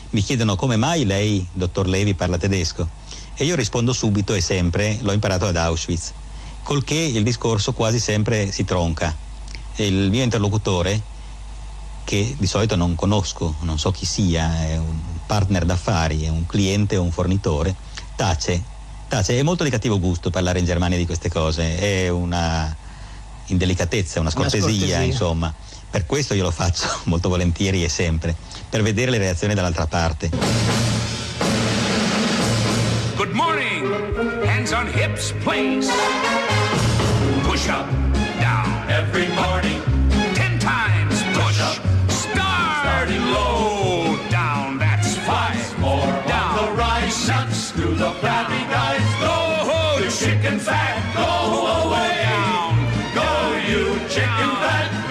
mi chiedono come mai lei, dottor Levi, parla tedesco, e io rispondo subito e sempre: l'ho imparato ad Auschwitz, col che il discorso quasi sempre si tronca. Il mio interlocutore, che di solito non conosco, non so chi sia, è un partner d'affari, è un cliente o un fornitore, tace. È molto di cattivo gusto parlare in Germania di queste cose, è una indelicatezza, una scortesia, insomma. Per questo io lo faccio molto volentieri e sempre, per vedere le reazioni dall'altra parte. Good morning. Hands on hips, please. Push up, down. Every morning. 10 times push up. Starting low, down. That's 5 more. Down. The rice nuts through the flabby guys. Go, you chicken fat. Go away. Down. Go, you chicken fat. Go.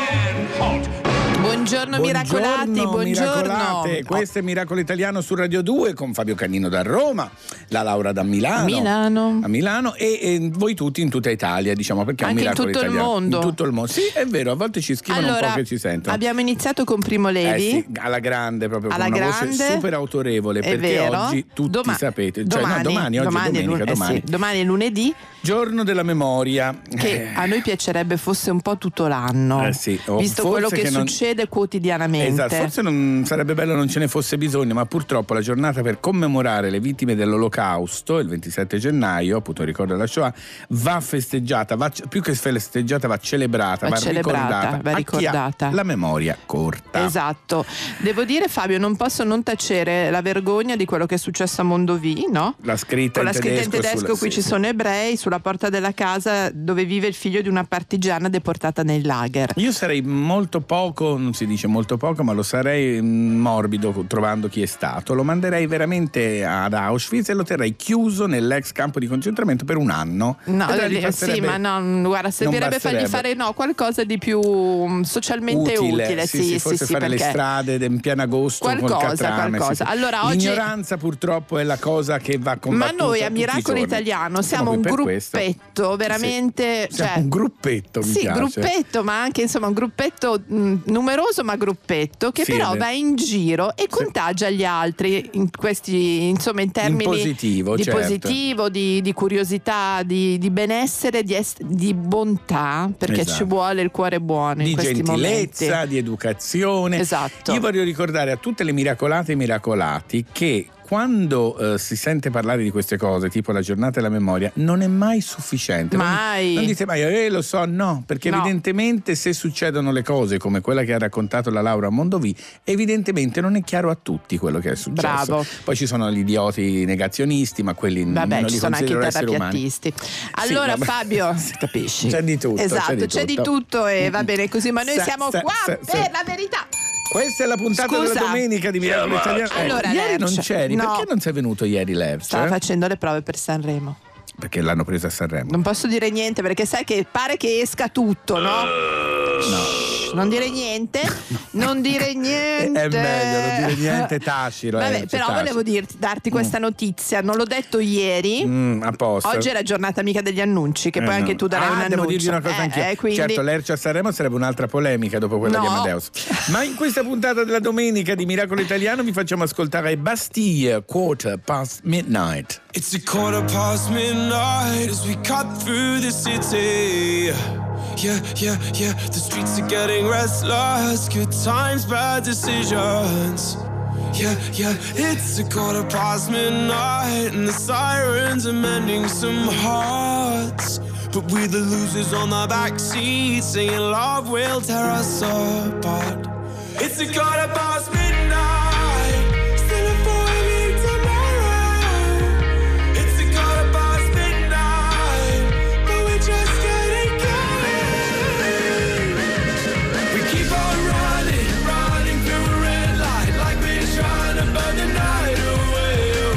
Buongiorno miracolati, buongiorno. Questo è Miracolo Italiano su Radio 2 con Fabio Canino da Roma, la Laura da Milano. A Milano e voi tutti in tutta Italia, diciamo, perché anche è un miracolo in tutto italiano. Il mondo. In tutto il mondo. Sì, è vero, a volte ci scrivono un po' che ci sentono. Abbiamo iniziato con Primo Levi. Sì, alla grande, proprio alla con una grande, voce super autorevole, perché vero. oggi tutti sapete, domani oggi è domenica, domani è lunedì. Giorno della memoria. Che a noi piacerebbe fosse un po' tutto l'anno. Visto quello che succede quotidianamente. Esatto, forse non sarebbe bello non ce ne fosse bisogno, ma purtroppo la giornata per commemorare le vittime dell'Olocausto, il 27 gennaio, appunto ricordo della Shoah, va festeggiata, più che festeggiata va celebrata, va ricordata. La memoria corta. Esatto. Devo dire, Fabio, non posso non tacere la vergogna di quello che è successo a Mondovì, no? La scritta in tedesco qui ci sono ebrei sulla porta della casa dove vive il figlio di una partigiana deportata nei lager. Io sarei molto poco, non si dice molto poco, ma lo sarei morbido trovando chi è stato. Lo manderei veramente ad Auschwitz e lo terrei chiuso nell'ex campo di concentramento per un anno. No, sì, ma no, guarda, servirebbe fargli fare qualcosa di più socialmente utile. Sì, forse fare le strade in pieno agosto col catrame. Allora, l'ignoranza purtroppo è la cosa che va combattuta. Ma noi a Miracolo Italiano siamo un gruppetto veramente, un gruppetto, mi piace. Gruppetto, ma anche insomma un gruppetto numeroso, ma gruppetto che però va in giro e contagia gli altri in questi, insomma, in termini di positivo, di curiosità, di benessere, di bontà, perché ci vuole il cuore buono in questi momenti. Di gentilezza, di educazione. Esatto. Io voglio ricordare a tutte le miracolate e miracolati che quando si sente parlare di queste cose, tipo la giornata della memoria, non è mai sufficiente. Mai. Non dite mai, lo so, no, perché evidentemente se succedono le cose come quella che ha raccontato la Laura a Mondovì, evidentemente non è chiaro a tutti quello che è successo. Bravo. Poi ci sono gli idioti negazionisti, ma quelli non li considero esseri umani. Allora Fabio, capisci? C'è di tutto. Esatto, c'è di tutto e va bene così, ma noi siamo qua per la verità. Questa è la puntata della domenica di Miracolo Italiano. Allora, ieri non c'eri, perché non sei venuto ieri, Lerch? Stava facendo le prove per Sanremo. Perché l'hanno presa a Sanremo. Non posso dire niente perché sai che pare che esca tutto, no? Non dire niente. Non dire niente. È meglio non dire niente, tacilo. Vabbè, però volevo darti questa notizia. Non l'ho detto ieri. A posto. Oggi è la giornata mica degli annunci, che poi anche tu darai un annuncio. Devo dirvi una cosa anch'io. Quindi... Certo, Lerch a Sanremo sarebbe un'altra polemica dopo quella di Amadeus. Ma in questa puntata della domenica di Miracolo Italiano vi facciamo ascoltare Bastille, midnight. It's midnight as we cut through the city. Yeah, the streets are getting restless. Good times, bad decisions. Yeah, it's midnight and the sirens are mending some hearts. But we're the losers on the backseat, saying love will tear us apart. It's midnight, still a 4 week tomorrow. It's midnight, but we're just getting going. We keep on running through a red light, like we're trying to burn the night away.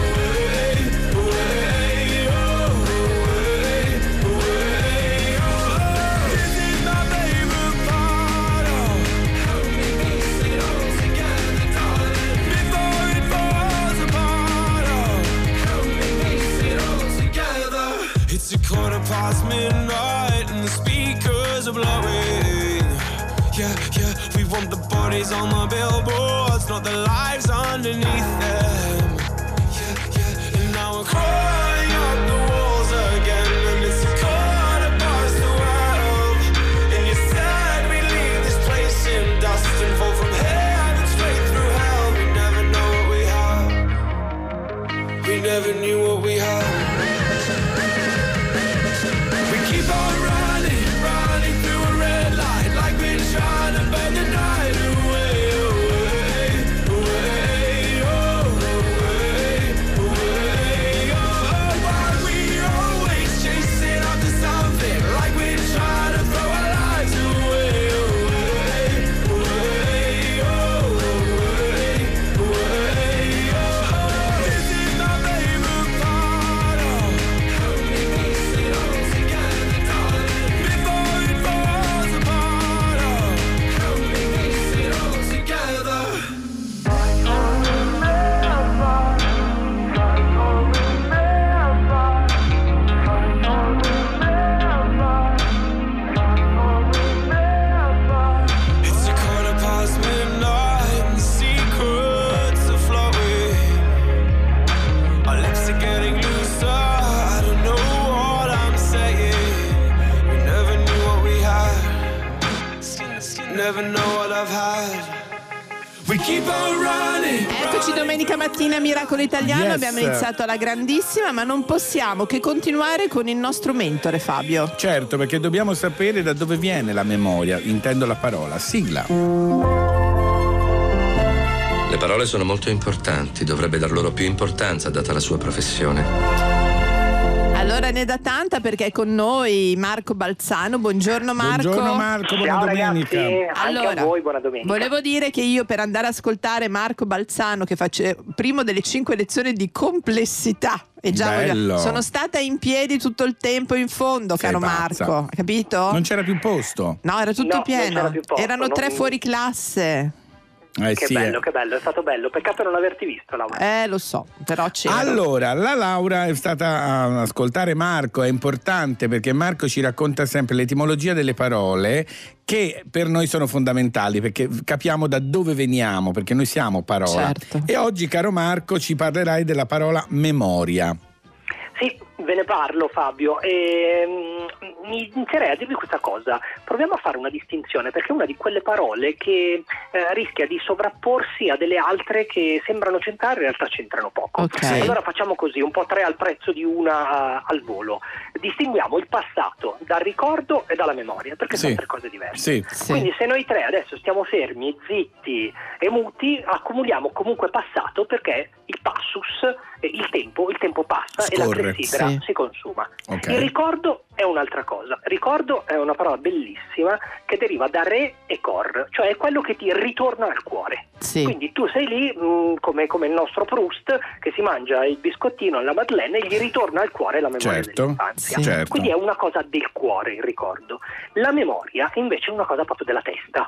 This is my favorite part. Help me piece it all together, darling, before it falls apart. Help me piece it all together. It's midnight and the speakers are blowing. Yeah, we want the bodies on the billboards, not the lives underneath them. Yeah, yeah. And now we're crawling up the walls again, and it's a quarter past 12. And you said we leave this place in dust and fall from heaven straight through hell. We never know what we have. We never knew what we had. We keep on running, running through a red light, like we're trying to burn the night away, away, away, oh, away, away, oh. Why we always chasing after something, like we're trying to throw our lives away, away, away, oh, away, away, oh. This is my favorite part, oh. Help me piece it all together, darling, before it falls apart, oh. Help me piece it all together. It's a quarter past midnight and secrets are flowing. Our lips are getting looser. I don't know what I'm saying. We never knew what we had. Never know what I've had. We keep on running. Eccoci domenica mattina a Miracolo Italiano, Yes. abbiamo iniziato alla grandissima, ma non possiamo che continuare con il nostro mentore Fabio. Certo, perché dobbiamo sapere da dove viene la memoria, intendo la parola. Sigla. Le parole sono molto importanti, dovrebbe dar loro più importanza data la sua professione. Allora ne dà tanta perché è con noi Marco Balzano. Buongiorno Marco. Buongiorno Marco, buona Ciao domenica. ragazzi, anche Allora, a voi buona domenica. Volevo dire che io per andare ad ascoltare Marco Balzano che face primo delle 5 lezioni di complessità e già Bello. sono stata in piedi tutto il tempo in fondo, Sei caro pazza. Marco, capito? Non c'era più posto. No, era tutto No, non pieno. c'era più posto, Erano 3 non- fuori classe. Che bello, che bello, è stato bello. Peccato non averti visto, Laura. Lo so, però c'era. Allora, la Laura è stata a ascoltare Marco, è importante perché Marco ci racconta sempre l'etimologia delle parole che per noi sono fondamentali perché capiamo da dove veniamo, perché noi siamo parola. Certo. E oggi, caro Marco, ci parlerai della parola memoria. Sì, ve ne parlo Fabio e mi inizierei a dirvi questa cosa. Proviamo a fare una distinzione perché è una di quelle parole che rischia di sovrapporsi a delle altre che sembrano centrare, in realtà c'entrano poco. Ok. Allora facciamo così, un po' 3 al prezzo di una al volo. Distinguiamo il passato dal ricordo e dalla memoria perché sono 3 cose diverse. Sì. Sì. Quindi se noi 3 adesso stiamo fermi, zitti e muti, accumuliamo comunque passato perché il passus, il tempo passa e la Scorre. clessidra Sì. si consuma. Ok. Il ricordo è un'altra cosa. Ricordo è una parola bellissima che deriva da re e cor, cioè è quello che ti ritorna al cuore. Sì. Quindi tu sei lì come il nostro Proust che si mangia il biscottino alla Madeleine e gli ritorna al cuore la memoria Certo, dell'infanzia. certo. Quindi è una cosa del cuore il ricordo. La memoria invece è una cosa proprio della testa.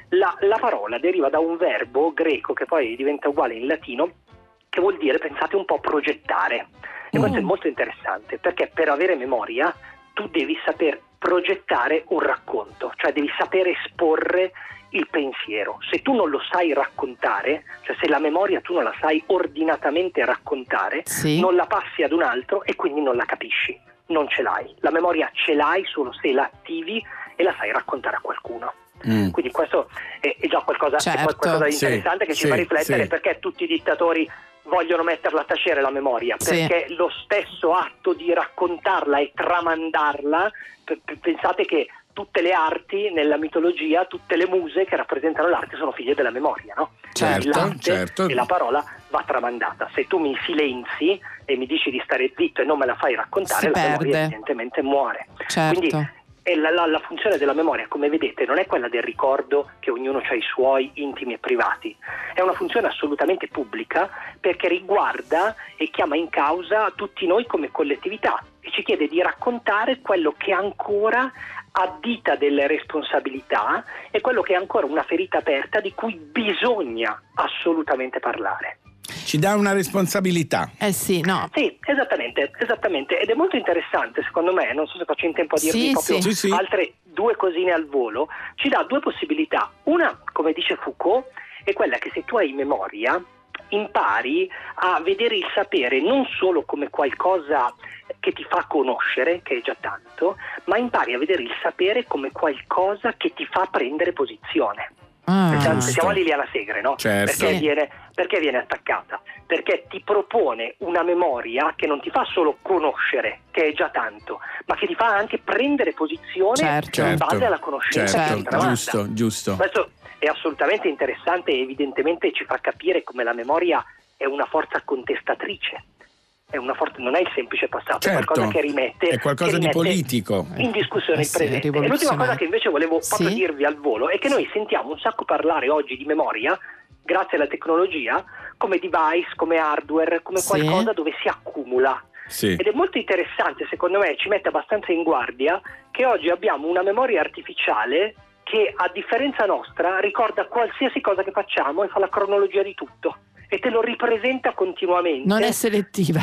La parola deriva da un verbo greco che poi diventa uguale in latino che vuol dire, pensate un po', progettare. E questo è molto interessante perché per avere memoria tu devi saper progettare un racconto, cioè devi sapere esporre il pensiero. Se tu non lo sai raccontare, cioè se la memoria tu non la sai ordinatamente raccontare, Sì. non la passi ad un altro e quindi non la capisci, non ce l'hai. La memoria ce l'hai solo se la attivi e la sai raccontare a qualcuno. Quindi questo è già qualcosa, Certo. è qualcosa di Sì, interessante che ci sì, fa riflettere sì. perché tutti i dittatori vogliono metterla a tacere la memoria, Sì. perché lo stesso atto di raccontarla e tramandarla, pensate che tutte le arti nella mitologia, tutte le muse che rappresentano l'arte sono figlie della memoria, no? Certo, L'arte certo. e la parola va tramandata. Se tu mi silenzi e mi dici di stare zitto e non me la fai raccontare, Si la memoria perde. evidentemente muore. Certo. Quindi la funzione della memoria, come vedete, non è quella del ricordo che ognuno ha i suoi intimi e privati, è una funzione assolutamente pubblica perché riguarda e chiama in causa tutti noi come collettività e ci chiede di raccontare quello che ancora addita delle responsabilità e quello che è ancora una ferita aperta di cui bisogna assolutamente parlare. Ci Ci dà una responsabilità. Sì, no. Sì, esattamente. Ed è molto interessante, secondo me, non so se faccio in tempo a dirvi proprio altre due cosine al volo. Ci dà due possibilità. Una, come dice Foucault, è quella che se tu hai memoria impari a vedere il sapere non solo come qualcosa che ti fa conoscere, che è già tanto, ma impari a vedere il sapere come qualcosa che ti fa prendere posizione. Pensiamo a Liliana Segre, no? Certo. Perché viene attaccata? Perché ti propone una memoria che non ti fa solo conoscere, che è già tanto, ma che ti fa anche prendere posizione in base alla conoscenza. Giusto. Questo è assolutamente interessante e evidentemente ci fa capire come la memoria è una forza contestatrice. Non è il semplice passato, è qualcosa che rimette, è qualcosa di politico in discussione il presente. E l'ultima cosa che invece volevo proprio dirvi al volo è che noi sentiamo un sacco parlare oggi di memoria grazie alla tecnologia come device, come hardware, come qualcosa dove si accumula. Ed è molto interessante, secondo me, ci mette abbastanza in guardia che oggi abbiamo una memoria artificiale che, a differenza nostra, ricorda qualsiasi cosa che facciamo e fa la cronologia di tutto e te lo ripresenta continuamente. Non è selettiva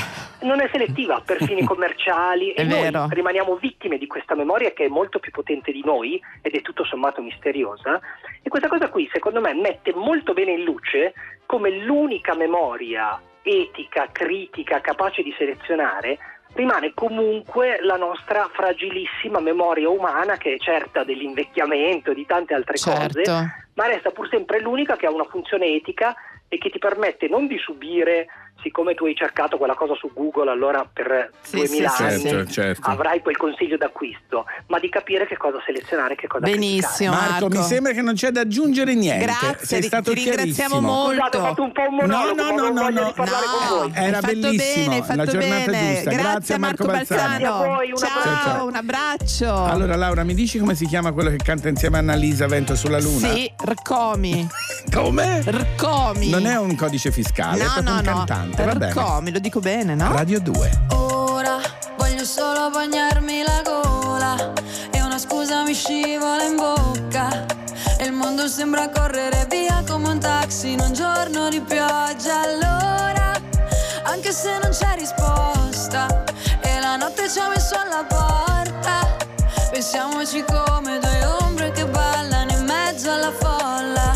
per fini commerciali e noi rimaniamo vittime di questa memoria che è molto più potente di noi ed è tutto sommato misteriosa, e questa cosa qui secondo me mette molto bene in luce come l'unica memoria etica, critica, capace di selezionare rimane comunque la nostra fragilissima memoria umana, che è certa dell'invecchiamento e di tante altre cose, ma resta pur sempre l'unica che ha una funzione etica e che ti permette non di subire, siccome tu hai cercato quella cosa su Google, allora per 2000 anni avrai quel consiglio d'acquisto, ma di capire che cosa selezionare, che cosa Benissimo, Marco, mi sembra che non c'è da aggiungere niente. Grazie, sei stato ti ringraziamo molto. Scusate, ho fatto un po' un monologo, non voglio di parlare con voi. Era bellissimo, la giornata giusta. Grazie a Marco Balzano. Grazie a voi, ciao, un abbraccio. Allora Laura, mi dici come si chiama quello che canta insieme a Annalisa Vento sulla Luna? Sì, Rcomi. Come? Rcomi. Non è un codice fiscale, è proprio un cantante, va bene. Rcomi, lo dico bene, no? Radio 2. Ora voglio solo bagnarmi la gola e una scusa mi scivola in bocca e il mondo sembra correre via come un taxi in un giorno di pioggia. Allora, anche se non c'è risposta e la notte ci ha messo alla porta, pensiamoci come due ombre che ballano in mezzo alla folla.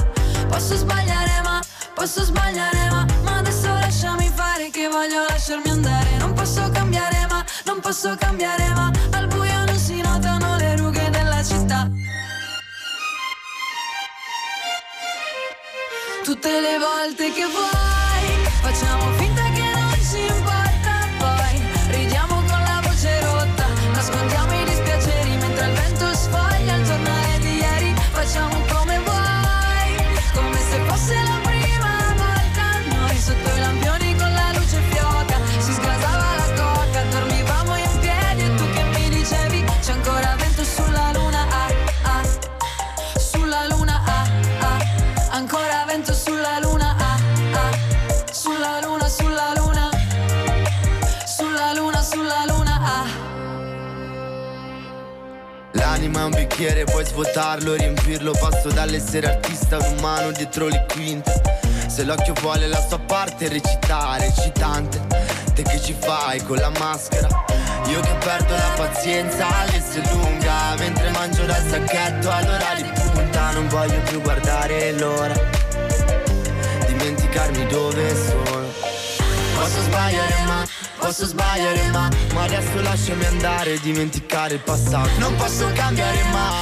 Posso sbagliare ma adesso lasciami fare che voglio lasciarmi andare. Non posso cambiare ma al buio non si notano le rughe della città. Tutte le volte che vuoi facciamo finta che non ci importa, poi ridiamo con la voce rotta, nascondiamo i dispiaceri mentre il vento sfoglia il giornale di ieri. Facciamo come vuoi, come se fosse la prima volta. Noi sotto i lampioni con la luce fioca, si sgasava la coca, dormivamo in piedi e tu che mi dicevi c'è ancora vento sulla luna, sulla luna, ancora vento sulla luna, sulla luna, sulla luna, sulla luna, sulla luna, L'anima è un bicchiere, puoi svuotarlo, riempirlo. Passo dall'essere artista ad umano dietro le quinte. Se l'occhio vuole la sua parte recitare, recitante. Te che ci fai con la maschera? Io che perdo la pazienza all'esse lunga, mentre mangio dal sacchetto all'ora di punta. Non voglio più guardare l'ora, dimenticarmi dove sono. Posso sbagliare ma adesso lasciami andare e dimenticare il passato. Non posso cambiare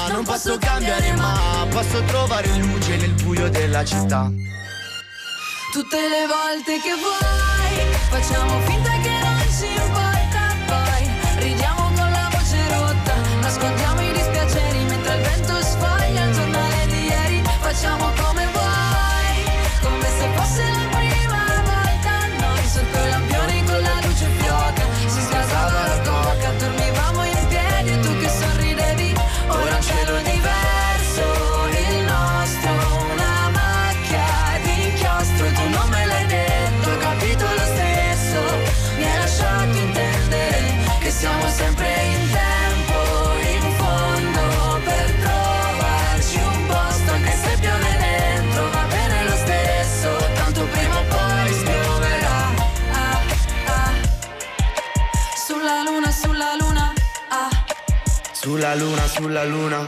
ma posso trovare luce nel buio della città. Tutte le volte che vuoi facciamo finta che non ci importa, poi ridiamo con la voce rotta, nascondiamo i dispiaceri mentre il vento sfoglia il giornale di ieri. Facciamo come vuoi, come se fosse la prima volta. Noi sotto i lampioni con la luce fioca, si sgasava la coca, dormivamo in piedi e tu che sorridevi. Ora un cielo diverso, il nostro, una macchia di inchiostro. Tu non me l'hai detto, ho capito lo stesso. sulla luna.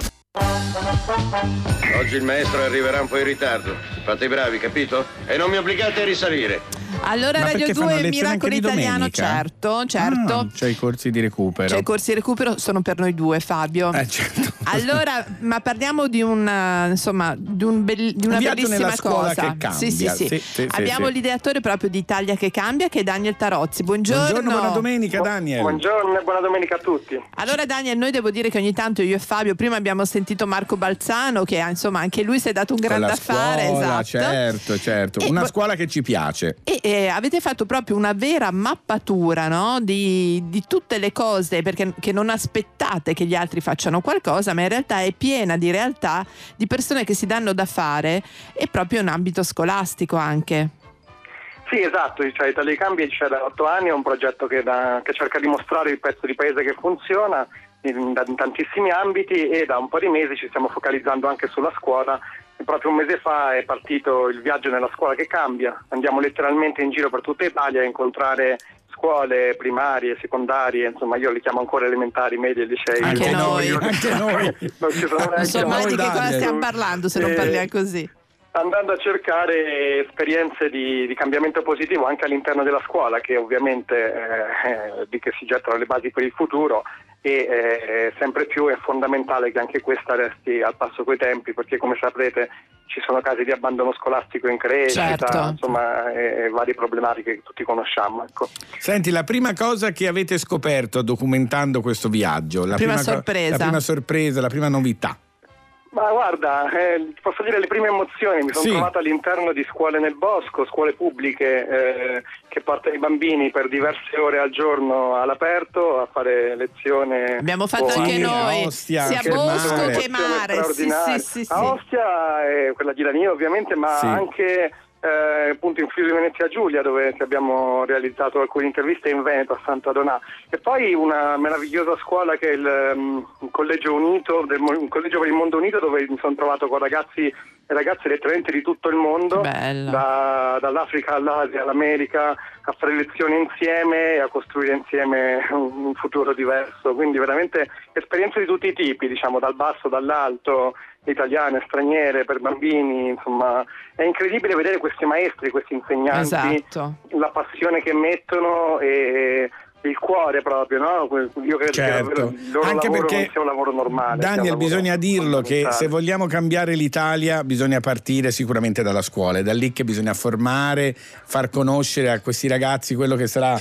Oggi il maestro arriverà un po' in ritardo. Fate i bravi, capito? E non mi obbligate a risalire. Allora, Ma Radio perché fanno 2 lezione Miracolo anche di Italiano, domenica? certo. C'è i corsi di recupero. C'è i corsi di recupero, sono per noi due, Fabio. Certo. Allora, ma parliamo di una viaggio bellissima nella scuola cosa. che cambia. Sì. Abbiamo l'ideatore proprio di Italia che cambia, che è Daniel Tarozzi. Buongiorno. Buona domenica, Daniel. Buongiorno e buona domenica a tutti. Allora, Daniel, noi devo dire che ogni tanto io e Fabio, prima abbiamo sentito Marco Balzano, che insomma anche lui si è dato un grande affare. Scuola, esatto. certo. Una scuola che ci piace. E avete fatto proprio una vera mappatura, no? di tutte le cose, perché che non aspettate che gli altri facciano qualcosa, ma in realtà è piena di realtà, di persone che si danno da fare, e proprio in ambito scolastico anche. Sì, esatto, cioè Italia che cambia c'è da 8 anni, è un progetto che cerca di mostrare il pezzo di paese che funziona in tantissimi ambiti, e da un po' di mesi ci stiamo focalizzando anche sulla scuola. E proprio un mese fa è partito il viaggio nella scuola che cambia. Andiamo letteralmente in giro per tutta Italia a incontrare scuole primarie, secondarie, insomma io li chiamo ancora elementari, medie, licei. Anche noi. Non ci sono Non so mai di che cosa stiamo parlando se non parliamo così. Andando a cercare esperienze di cambiamento positivo anche all'interno della scuola, che ovviamente di che si gettano le basi per il futuro, e sempre più è fondamentale che anche questa resti al passo coi tempi, perché come saprete ci sono casi di abbandono scolastico in crescita, certo. Insomma varie problematiche che tutti conosciamo. Ecco. Senti, la prima cosa che avete scoperto documentando questo viaggio, la prima sorpresa, la prima novità? Ma guarda, posso dire le prime emozioni, mi sono trovato all'interno di scuole nel bosco, scuole pubbliche che portano i bambini per diverse ore al giorno all'aperto a fare lezione. Abbiamo fatto anche noi, Ostia, sia bosco che mare. Sì. A Ostia è quella di Lanio ovviamente, ma anche appunto in Friuli Venezia Giulia, dove abbiamo realizzato alcune interviste, in Veneto a Santa Donà, e poi una meravigliosa scuola che è il Collegio Unito, un collegio per il mondo unito, dove mi sono trovato con ragazzi e ragazze letteralmente di tutto il mondo, dall'Africa all'Asia all'America, a fare lezioni insieme e a costruire insieme un futuro diverso. Quindi veramente esperienze di tutti i tipi, diciamo, dal basso, dall'alto, italiane, straniere, per bambini, insomma è incredibile vedere questi maestri, questi insegnanti, la passione che mettono e il cuore proprio, no? Io credo che il loro anche lavoro perché, non sia un lavoro normale. Daniel, bisogna dirlo che se vogliamo cambiare l'Italia bisogna partire sicuramente dalla scuola, è da lì che bisogna formare, far conoscere a questi ragazzi quello che sarà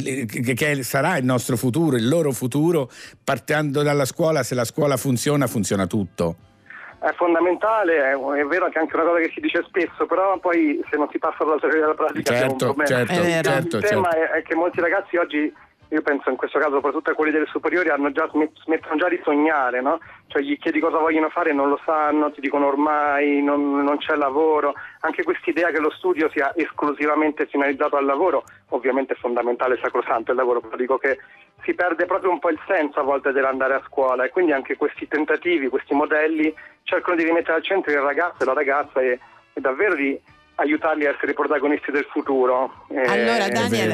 che sarà il nostro futuro, il loro futuro. Partendo dalla scuola, se la scuola funziona tutto. È fondamentale, è vero che è anche una cosa che si dice spesso, però poi se non si passa dalla teoria alla pratica c'è un problema. Il tema è che molti ragazzi oggi, io penso in questo caso soprattutto a quelli delle superiori, smettono già di sognare, no? Cioè gli chiedi cosa vogliono fare, non lo sanno, ti dicono ormai non c'è lavoro. Anche quest'idea che lo studio sia esclusivamente finalizzato al lavoro, ovviamente è fondamentale, sacrosanto il lavoro, però dico che si perde proprio un po' il senso a volte dell'andare a scuola, e quindi anche questi tentativi, questi modelli cercano di rimettere al centro il ragazzo e la ragazza e davvero di aiutarli a essere protagonisti del futuro. Allora Daniel,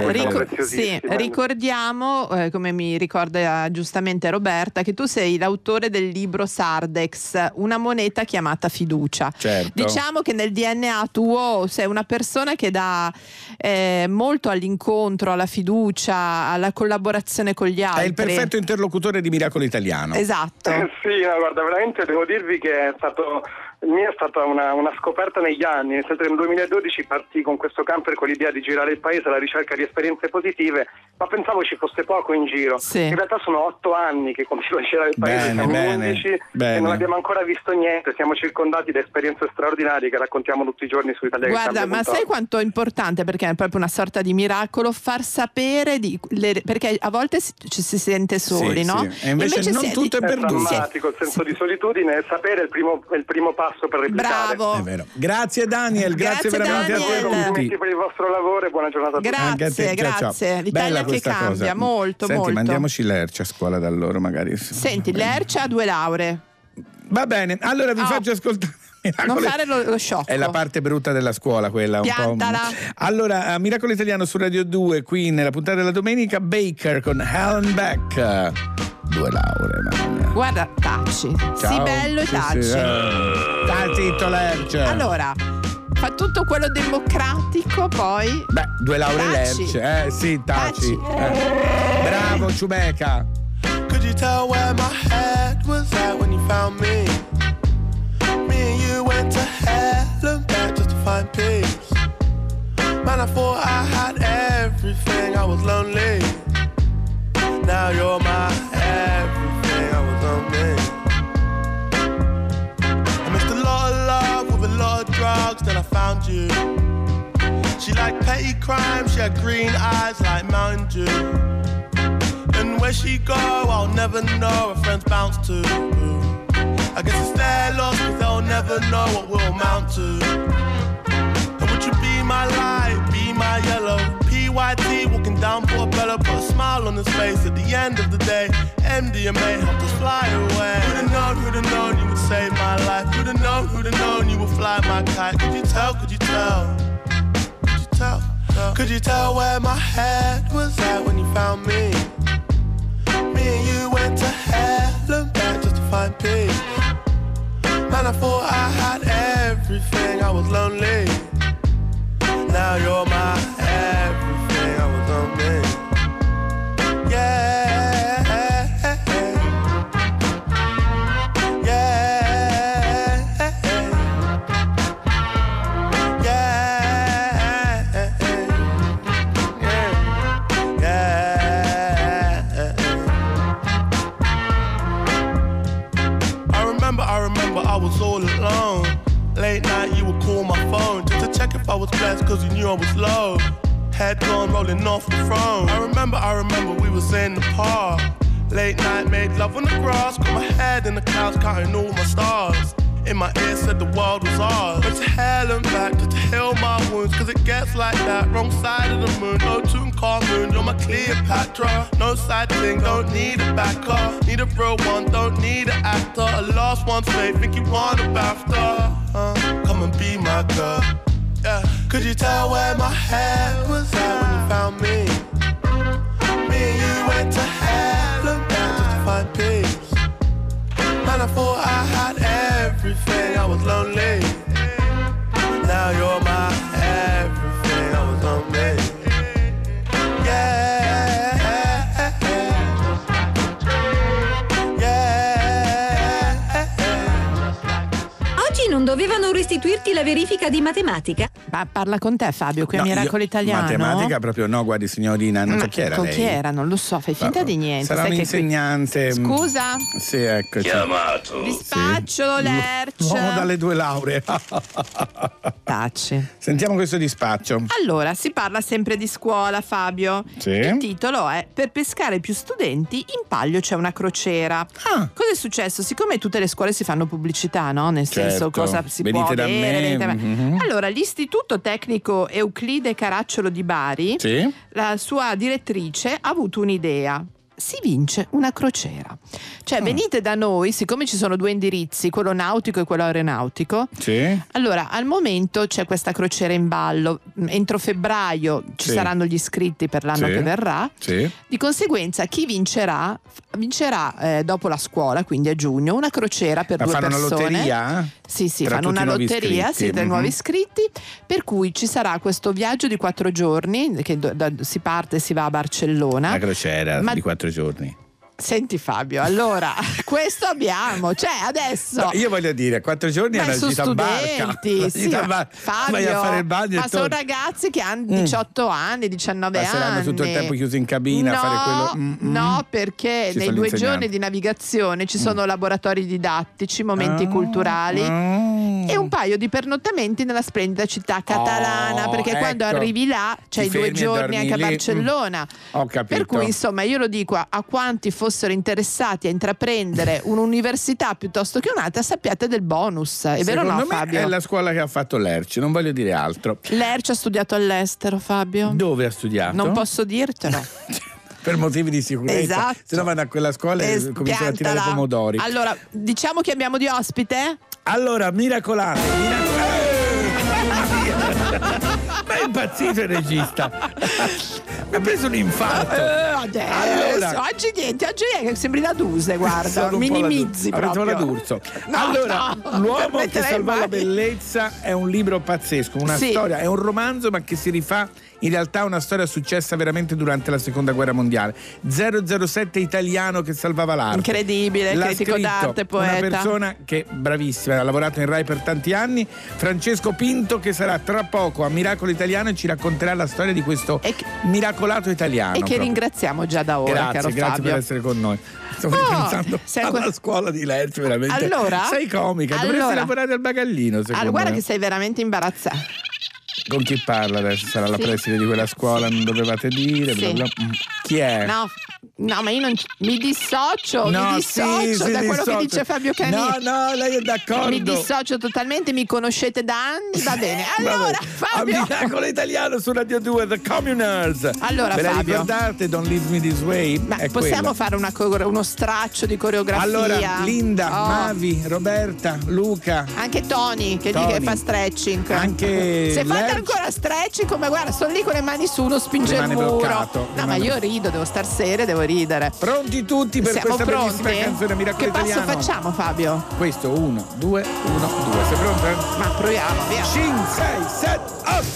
ricordiamo, come mi ricorda giustamente Roberta, che tu sei l'autore del libro Sardex, una moneta chiamata fiducia. Certo. Diciamo che nel DNA tuo sei una persona che dà molto all'incontro, alla fiducia, alla collaborazione con gli altri. È il perfetto interlocutore di Miracolo Italiano. Esatto. Sì, no, guarda, veramente devo dirvi che il mio è stata una scoperta negli anni, nel senso che nel 2012 partì con questo camper con l'idea di girare il paese alla ricerca di esperienze positive, ma pensavo ci fosse poco in giro. In realtà sono 8 anni che continuo a girare il paese, siamo 11 e non abbiamo ancora visto niente, siamo circondati da esperienze straordinarie che raccontiamo tutti i giorni su Italia. Guarda, ma sai quanto è importante, perché è proprio una sorta di miracolo, far sapere perché a volte ci si sente soli, no? Sì. E invece non tutto è perduto. È drammatico il senso di solitudine, e sapere è il primo passo per replicare. Bravo. È vero. Grazie Daniel, grazie veramente Daniel. a te. Complimenti per il vostro lavoro e buona giornata a tutti. Grazie, grazie. L'Italia che cambia, molto, Senti, molto. mandiamoci l'Ercia a scuola da loro magari. Senti, l'Ercia ha 2 lauree. Va bene, allora vi faccio ascoltare. Non fare lo sciocco. È la parte brutta della scuola quella. Piantala. Un po'. Allora, Miracolo Italiano su Radio 2, qui nella puntata della domenica, Baker con Helen Beck. 2 lauree, mamma mia. Guarda, taci. Ciao. Sì, bello e taci. Stai zitto, Lerce. Allora, fa tutto quello democratico, poi. Beh, 2 lauree Taci. Lerce. Sì, taci. Bravo, Ciubeca. Could you tell where my head was at when you found me? Me and you went to hell and back just to find peace. Man, I thought I had everything, I was lonely. Now you're my everything, I was lonely. I missed a lot of love with a lot of drugs, then I found you. She liked petty crime, she had green eyes like Mountain Dew. And where she go, I'll never know, her friends bounce to. I guess it's their loss, cause they'll never know what we'll amount to. And would you be my light, be my yellow? PYT walking down Portobello, put a smile on his face at the end of the day. MDMA helped us fly away. Who'd have known you would save my life? Who'd have known you would fly my kite? Could you tell, could you tell? Could you tell? Could you tell where my head was at when you found me? Me and you went to hell and back just to find peace. Man, I thought I had everything, I was lonely. Now you're my everything, I was lonely. Yeah, yeah, yeah, yeah. I remember I was all alone. Late night you would call my phone just to check if I was blessed, cause you knew I was low. Head gone rolling off the throne. I remember we was in the park. Late night made love on the grass. Got my head in the clouds counting all my stars. In my ear said the world was ours. Went to hell and back just to heal my wounds, cause it gets like that. Wrong side of the moon, no Tutankhamun. You're my Cleopatra, no side thing, don't need a backer. Need a real one, don't need an actor. A lost one's fate, think you want a BAFTA. Come and be my girl. Yeah. Could you tell where my head was at when you found me? Me and you went to hell and back just to find peace. Man, I thought I had everything, I was lonely. Now you're my everything, I was lonely. Yeah, yeah. Oggi non dovevano restituirti la verifica di matematica? Ma parla con te, Fabio, qui a No, Miracolo Italiano. Matematica proprio no, guardi signorina, non so chi era con lei. chi era? Non lo so, fai finta di niente. Sarà sai un che insegnante. qui... Scusa? Sì, eccoci. Chiamato. Dispaccio, Lerch. L'uomo dalle 2 lauree. Taci. Sentiamo questo dispaccio. Allora, si parla sempre di scuola, Fabio. Sì. Il titolo è: per pescare più studenti, in palio c'è una crociera. Cosa è successo? Siccome tutte le scuole si fanno pubblicità, no? Nel senso, Certo. cosa si Venite può da avere, me. venite da me. Mhm. Allora, l'Istituto Tecnico Euclide Caracciolo di Bari, Sì. la sua direttrice ha avuto un'idea. Si vince una crociera. Cioè, venite da noi, siccome ci sono 2 indirizzi, quello nautico e quello aeronautico. Sì. Allora, al momento c'è questa crociera in ballo. Entro febbraio ci Sì. saranno gli iscritti per l'anno Sì. che verrà. Sì. Di conseguenza, chi vincerà dopo la scuola, quindi a giugno, una crociera per Ma 2 fanno una persone. lotteria? Sì, Tra fanno tutti una i nuovi lotteria, iscritti. sì, tra i nuovi iscritti, per cui ci sarà questo viaggio di 4 giorni, che si parte e si va a Barcellona. La crociera Ma- di 4 giorni. Senti Fabio, allora, questo abbiamo, cioè adesso... No, io voglio dire, 4 giorni è Ma una sono gita in barca. studenti, Una sì, gita in ma barca. Fabio, Vai a fare il bagno ma e sono torni. ragazzi che hanno 18 anni, 19 Passeranno anni. tutto il tempo chiusi in cabina a fare quello. No, perché Ci nei sono 2 insegnanti. giorni di navigazione ci sono laboratori didattici, momenti culturali e un paio di pernottamenti nella splendida città catalana, perché quando ecco. arrivi là c'hai Ti 2 fermi e giorni dormi anche a lì. Barcellona. Ho capito. Per cui insomma io lo dico a quanti fossero interessati a intraprendere un'università piuttosto che un'altra, sappiate del bonus. È vero o no, Secondo me Fabio? è la scuola che ha fatto Lerci, non voglio dire altro. Lerci ha studiato all'estero, Fabio. Dove ha studiato? Non posso dirtelo. Per motivi di sicurezza. Esatto. Se no vanno a quella scuola e cominciano a tirare Piantala. pomodori. Allora, diciamo che abbiamo di ospite? Allora, miracolate. Ma è impazzito il regista. Ha preso un infarto. Allora, oggi niente, oggi è che sembri la Duse, guarda, minimizzi proprio. La D'Urso. No, allora, no, L'uomo che permetterei salvò la mai. bellezza è un libro pazzesco, una Sì. storia, è un romanzo ma che si rifà in realtà a una storia successa veramente durante la seconda guerra mondiale. 007 italiano che salvava l'arte. Incredibile, L'ha critico scritto d'arte, poeta. una persona che bravissima, ha lavorato in Rai per tanti anni, Francesco Pinto, che sarà tra poco a Miracolo Italiano e ci racconterà la storia di questo miracolato italiano. E che proprio. ringraziamo già da ora, Grazie, caro grazie Fabio. per essere con noi. Stavo pensando alla scuola di Lerch, veramente. Allora? Sei comica, dovresti lavorare al bagaglino, secondo Allora, guarda me. che sei veramente imbarazzata. Con chi parla adesso? Sarà la Sì. preside di quella scuola, non dovevate dire. Sì. Bla bla. Chi è? No, ma io non mi dissocio, No, mi dissocio sì, da quello dissocio. che dice Fabio Canini. No, lei è d'accordo. Mi dissocio totalmente, mi conoscete da anni, va bene. Allora, Vabbè. Fabio. A Miracolo Italiano su Radio 2, The Communers. Allora, ve la Fabio. ricordate? Don't Leave Me This Way? Ma È possiamo quella. fare uno straccio di coreografia? Allora, Linda, Oh. Mavi, Roberta, Luca. Anche Tony che Tony. fa stretching. Anche se fate Lerch. ancora stretching, come guarda, sto lì con le mani su, uno spinge Rimane il muro. bloccato, No, rimane- ma io rido, devo star seria, devo ridere. Pronti tutti per Siamo questa pronti? bellissima canzone Miracolo Che passo Italiano? facciamo, Fabio? Questo 1, 2, 1, 2. Sei pronta? Ma proviamo, via. 5, 6, 7, 8.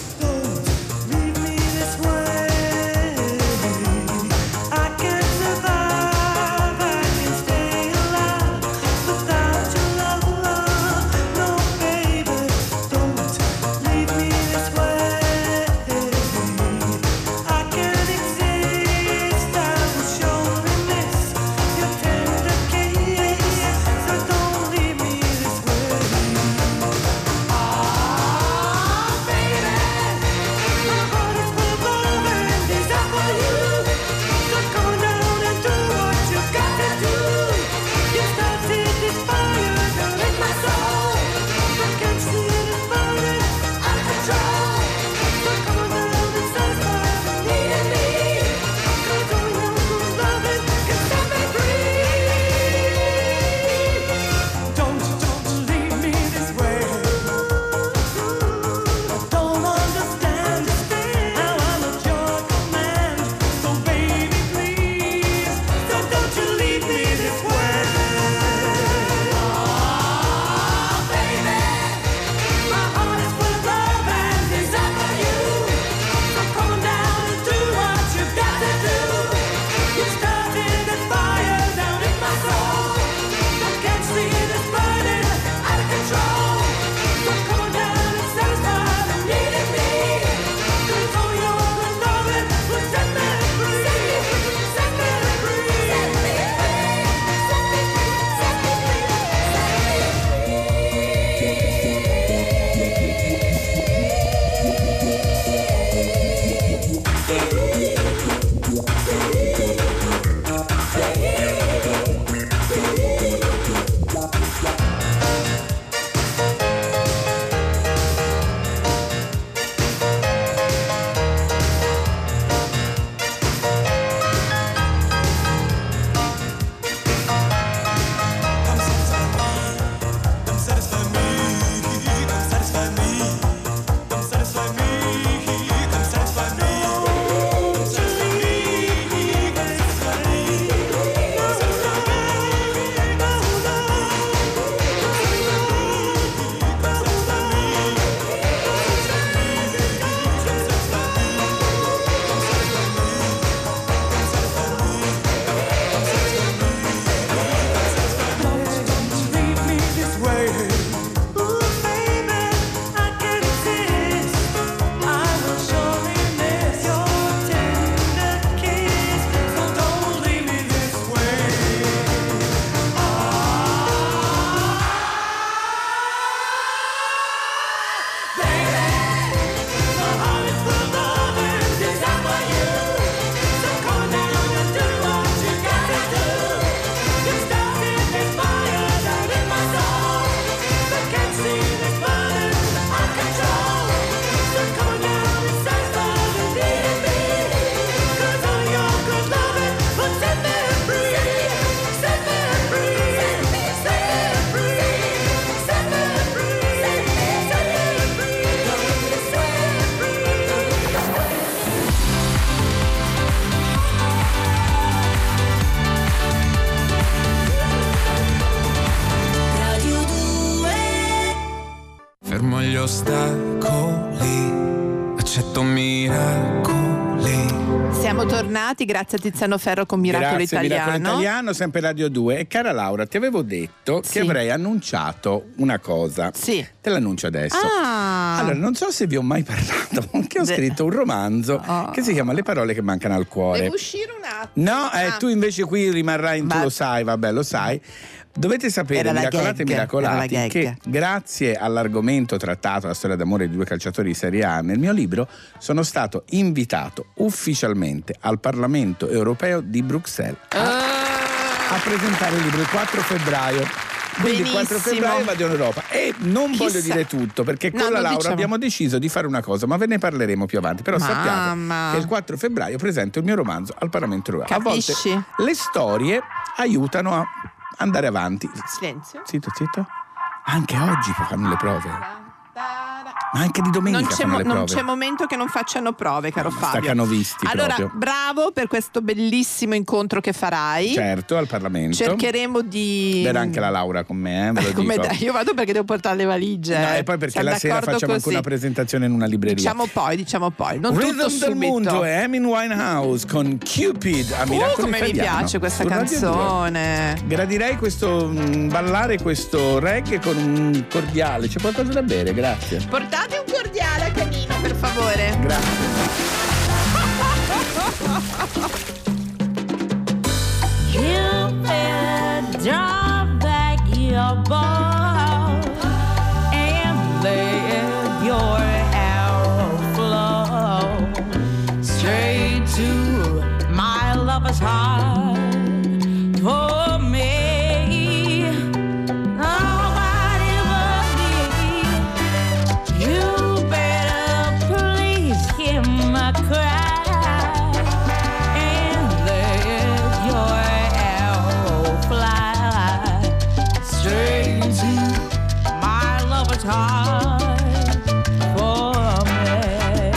Baby ostacoli, accetto miracoli. Siamo tornati, grazie a Tiziano Ferro con Miracolo Italiano. Miracolo Italiano, sempre Radio 2. E cara Laura, ti avevo detto che avrei annunciato una cosa. Sì. Te l'annuncio adesso. Allora, non so se vi ho mai parlato, che ho scritto un romanzo che si chiama Le parole che mancano al cuore. Devo uscire un attimo. No, tu invece qui rimarrai tu lo sai, vabbè, lo sai. Dovete sapere, miracolate e miracolati, che grazie all'argomento trattato, la storia d'amore di due calciatori di Serie A, nel mio libro sono stato invitato ufficialmente al Parlamento europeo di Bruxelles a presentare il libro il 4 febbraio. Quindi il 4 febbraio vado in Europa e non voglio dire tutto, perché con la Laura abbiamo deciso di fare una cosa, ma ve ne parleremo più avanti. Però sappiate che il 4 febbraio presento il mio romanzo al Parlamento europeo. Capisci? A volte le storie aiutano a andare avanti. Silenzio. Zitto. Anche oggi fanno le prove. Ma anche di domenica fanno le prove. Non c'è momento che non facciano prove, caro Fabio. Staccano visti allora, proprio. bravo per questo bellissimo incontro che farai. Certo, al Parlamento. Cercheremo di... Verrà anche la Laura con me, ve lo dico. Io vado perché devo portare le valigie. No, e poi perché la sera facciamo anche una presentazione in una libreria. Diciamo poi. Non Rhythm tutto subito. del mondo è Amy Winehouse con Cupid a Miracolo come Italiano. mi piace questa canzone. Gradirei questo ballare questo reggae con un cordiale. C'è qualcosa da bere? Grazie. Portate un cordiale a Canino, per favore. Grazie. You better drop back your ball and let your arrow flow straight to my lover's heart. For me, nobody but me. You better please hear my cry. Hard for me.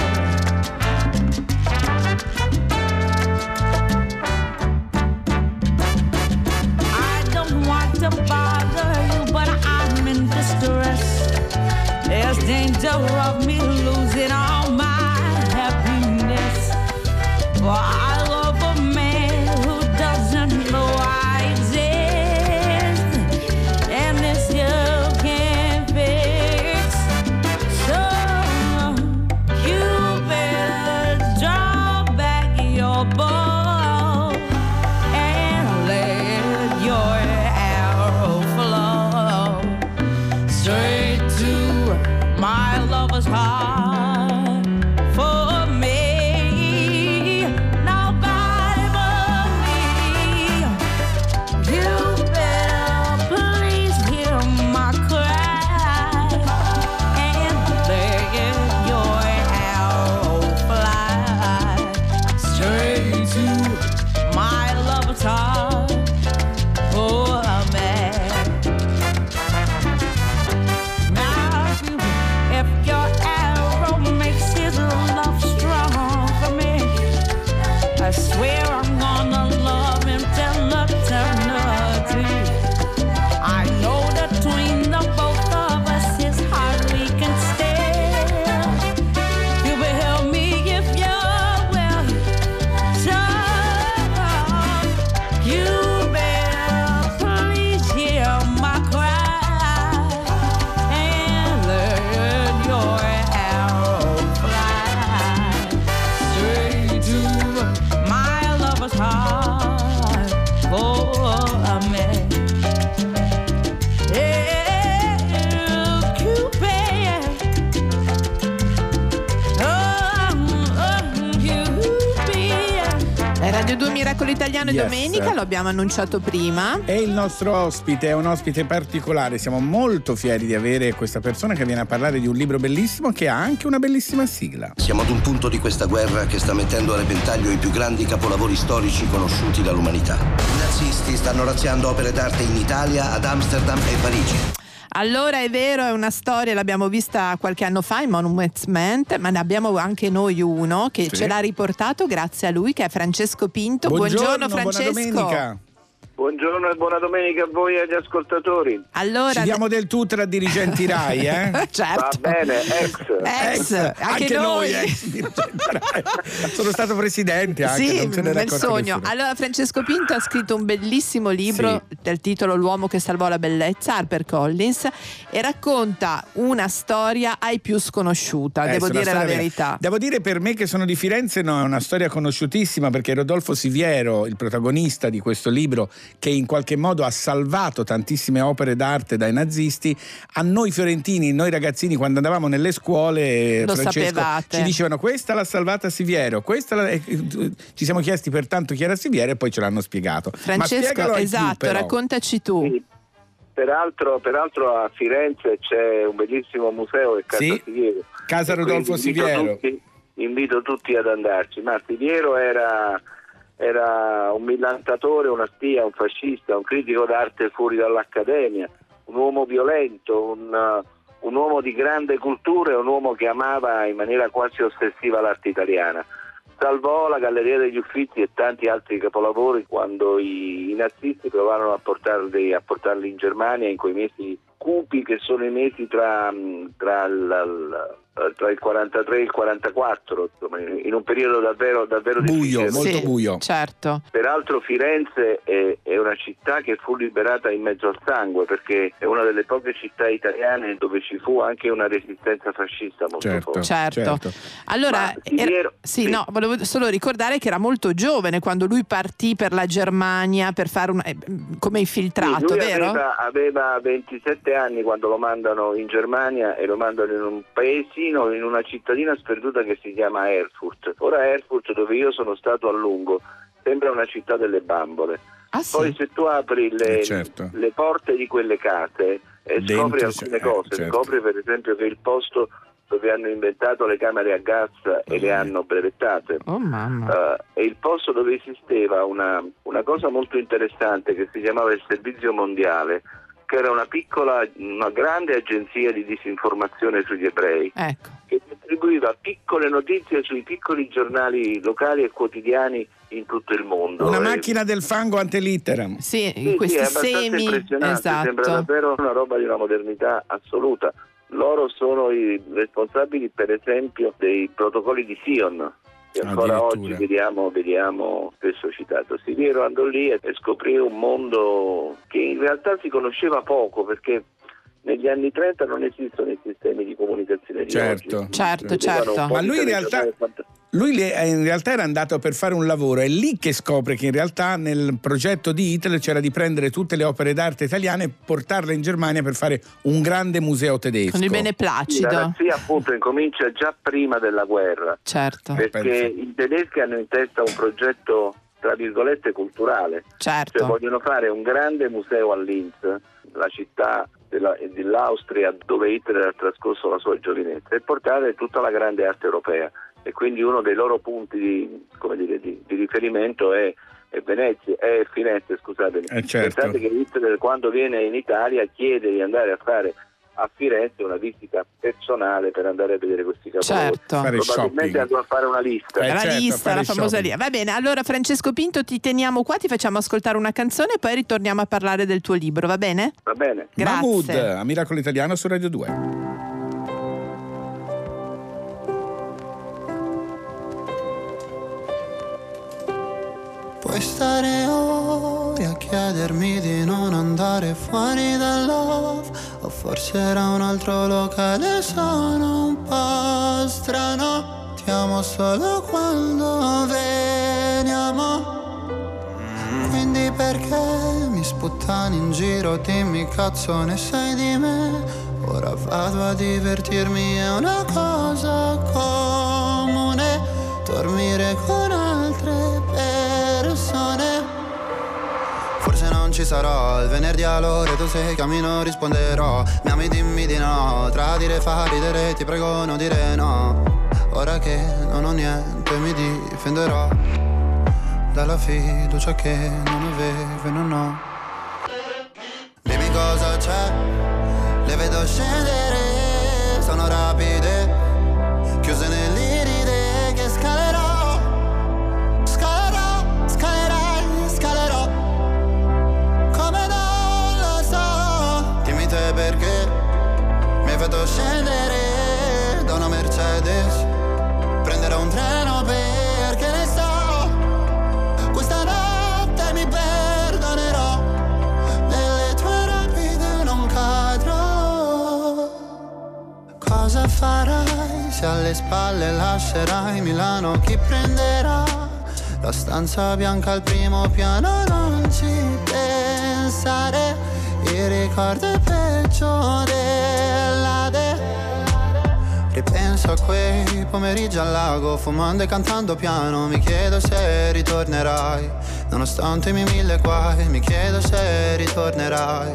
I don't want to bother you, but I'm in distress. There's danger of me losing all my happiness. For I love a man who doesn't know I exist, and this you can't fix. So you better draw back your bow and let your arrow flow straight to my lover's heart. For me, nobody but me. You better please hear my cry and let your arrow fly straight to my lover's heart. For me. Now if your arrow makes his love strong for me, I swear I'm gonna love him till eternity. I know that between the both of us is hard we can stand. You will help me if you're well. So you better please hear my cry and let your arrow fly straight to my lover's heart. For me. Radio 2 Miracolo Italiano Yes. domenica, lo abbiamo annunciato prima. E il nostro ospite è un ospite particolare, siamo molto fieri di avere questa persona che viene a parlare di un libro bellissimo che ha anche una bellissima sigla. Siamo ad un punto di questa guerra che sta mettendo a repentaglio i più grandi capolavori storici conosciuti dall'umanità. I nazisti stanno razziando opere d'arte in Italia, ad Amsterdam e Parigi. Allora è vero, è una storia, l'abbiamo vista qualche anno fa in Monument Man, ma ne abbiamo anche noi uno che ce l'ha riportato grazie a lui, che è Francesco Pinto. Buongiorno Francesco. Buona domenica. Buongiorno e buona domenica a voi e agli ascoltatori. Allora, ci diamo del tu tra dirigenti Rai, certo. Va bene, ex. Anche noi. Ex dirigenti Rai. Sono stato presidente anche, sì, non se ne nel sogno. Nessuno. Allora, Francesco Pinto ha scritto un bellissimo libro dal titolo L'uomo che salvò la bellezza, HarperCollins, e racconta una storia ai più sconosciuta, devo dire la verità. Devo dire, per me che sono di Firenze, no, è una storia conosciutissima, perché Rodolfo Siviero, il protagonista di questo libro, che in qualche modo ha salvato tantissime opere d'arte dai nazisti, a noi fiorentini, noi ragazzini, quando andavamo nelle scuole, lo Francesco, sapevate, ci dicevano questa l'ha salvata Siviero, ci siamo chiesti pertanto chi era Siviero e poi ce l'hanno spiegato. Francesco, esatto, raccontaci tu. Sì. Peraltro a Firenze c'è un bellissimo museo che è Casa Siviero. Casa Rodolfo Siviero. Invito tutti ad andarci. Ma Siviero era un millantatore, una spia, un fascista, un critico d'arte fuori dall'accademia, un uomo violento, un uomo di grande cultura e un uomo che amava in maniera quasi ossessiva l'arte italiana. Salvò la Galleria degli Uffizi e tanti altri capolavori quando i nazisti provarono a portarli in Germania in quei mesi cupi che sono i mesi tra il 43 e il 44, insomma, in un periodo davvero buio, difficile. molto buio. Certo. Peraltro Firenze è una città che fu liberata in mezzo al sangue, perché è una delle poche città italiane dove ci fu anche una resistenza fascista molto forte. Certo. Allora, volevo solo ricordare che era molto giovane quando lui partì per la Germania per fare come infiltrato, lui vero? Aveva 27 anni quando lo mandano in Germania e lo mandano in un paesino, in una cittadina sperduta che si chiama Erfurt. Ora Erfurt, dove io sono stato a lungo, sembra una città delle bambole. Poi se tu apri le porte di quelle case e scopri alcune cose, scopri per esempio che il posto dove hanno inventato le camere a gas e le hanno brevettate, e il posto dove esisteva una cosa molto interessante che si chiamava il Servizio Mondiale, che era una grande agenzia di disinformazione sugli ebrei, che distribuiva piccole notizie sui piccoli giornali locali e quotidiani in tutto il mondo. Una macchina del fango ante litteram. Sì, questi è abbastanza semi, impressionante, esatto. Sembra davvero una roba di una modernità assoluta. Loro sono i responsabili, per esempio, dei protocolli di Sion, che ancora oggi vediamo spesso citato. Siviero andò lì e scoprì un mondo che in realtà si conosceva poco, perché negli anni 30 non esistono i sistemi di comunicazione di oggi. Certo. Ma lui in realtà era andato per fare un lavoro, è lì che scopre che in realtà nel progetto di Hitler c'era di prendere tutte le opere d'arte italiane e portarle in Germania per fare un grande museo tedesco. Con il Beneplacido. La razzia appunto incomincia già prima della guerra. Certo. Perché i tedeschi hanno in testa un progetto tra virgolette culturale. Certo. Cioè vogliono fare un grande museo a Linz, la città dell'Austria dove Hitler ha trascorso la sua giovinezza, e portare tutta la grande arte europea. E quindi uno dei loro punti di riferimento è Firenze, scusatemi. Pensate che Hitler, quando viene in Italia, chiede di andare a fare a Firenze una visita personale per andare a vedere questi capolavori. Probabilmente andò a fare una lista. La famosa lista. Va bene, allora Francesco Pinto, ti teniamo qua, ti facciamo ascoltare una canzone e poi ritorniamo a parlare del tuo libro, va bene? Va bene. Grazie. Mahmood, a Miracolo Italiano su Radio 2. Puoi stare ore a chiedermi di non andare fuori dal love, o forse era un altro locale, sono un po' strano. Ti amo solo quando veniamo, quindi perché mi sputtani in giro, dimmi cazzo ne sai di me. Ora vado a divertirmi, è una cosa comune, dormire con altre persone. Forse non ci sarò il venerdì all'ore, tu sei cammino, risponderò. Mi ami, dimmi di no, tradire fa ridere, ti prego non dire no. Ora che non ho niente mi difenderò dalla fiducia che non avevo e non ho. Dimmi cosa c'è, le vedo scendere, sono rapide, chiuse nell'iride che scalerò, scalerai, scalerò. alle spalle lascerai Milano, chi prenderà la stanza bianca al primo piano? Non ci pensare, il ricordo è peggio dell'Ade. Ripenso a quei pomeriggi al lago, fumando e cantando piano. Mi chiedo se ritornerai, nonostante i miei mille guai. Mi chiedo se ritornerai,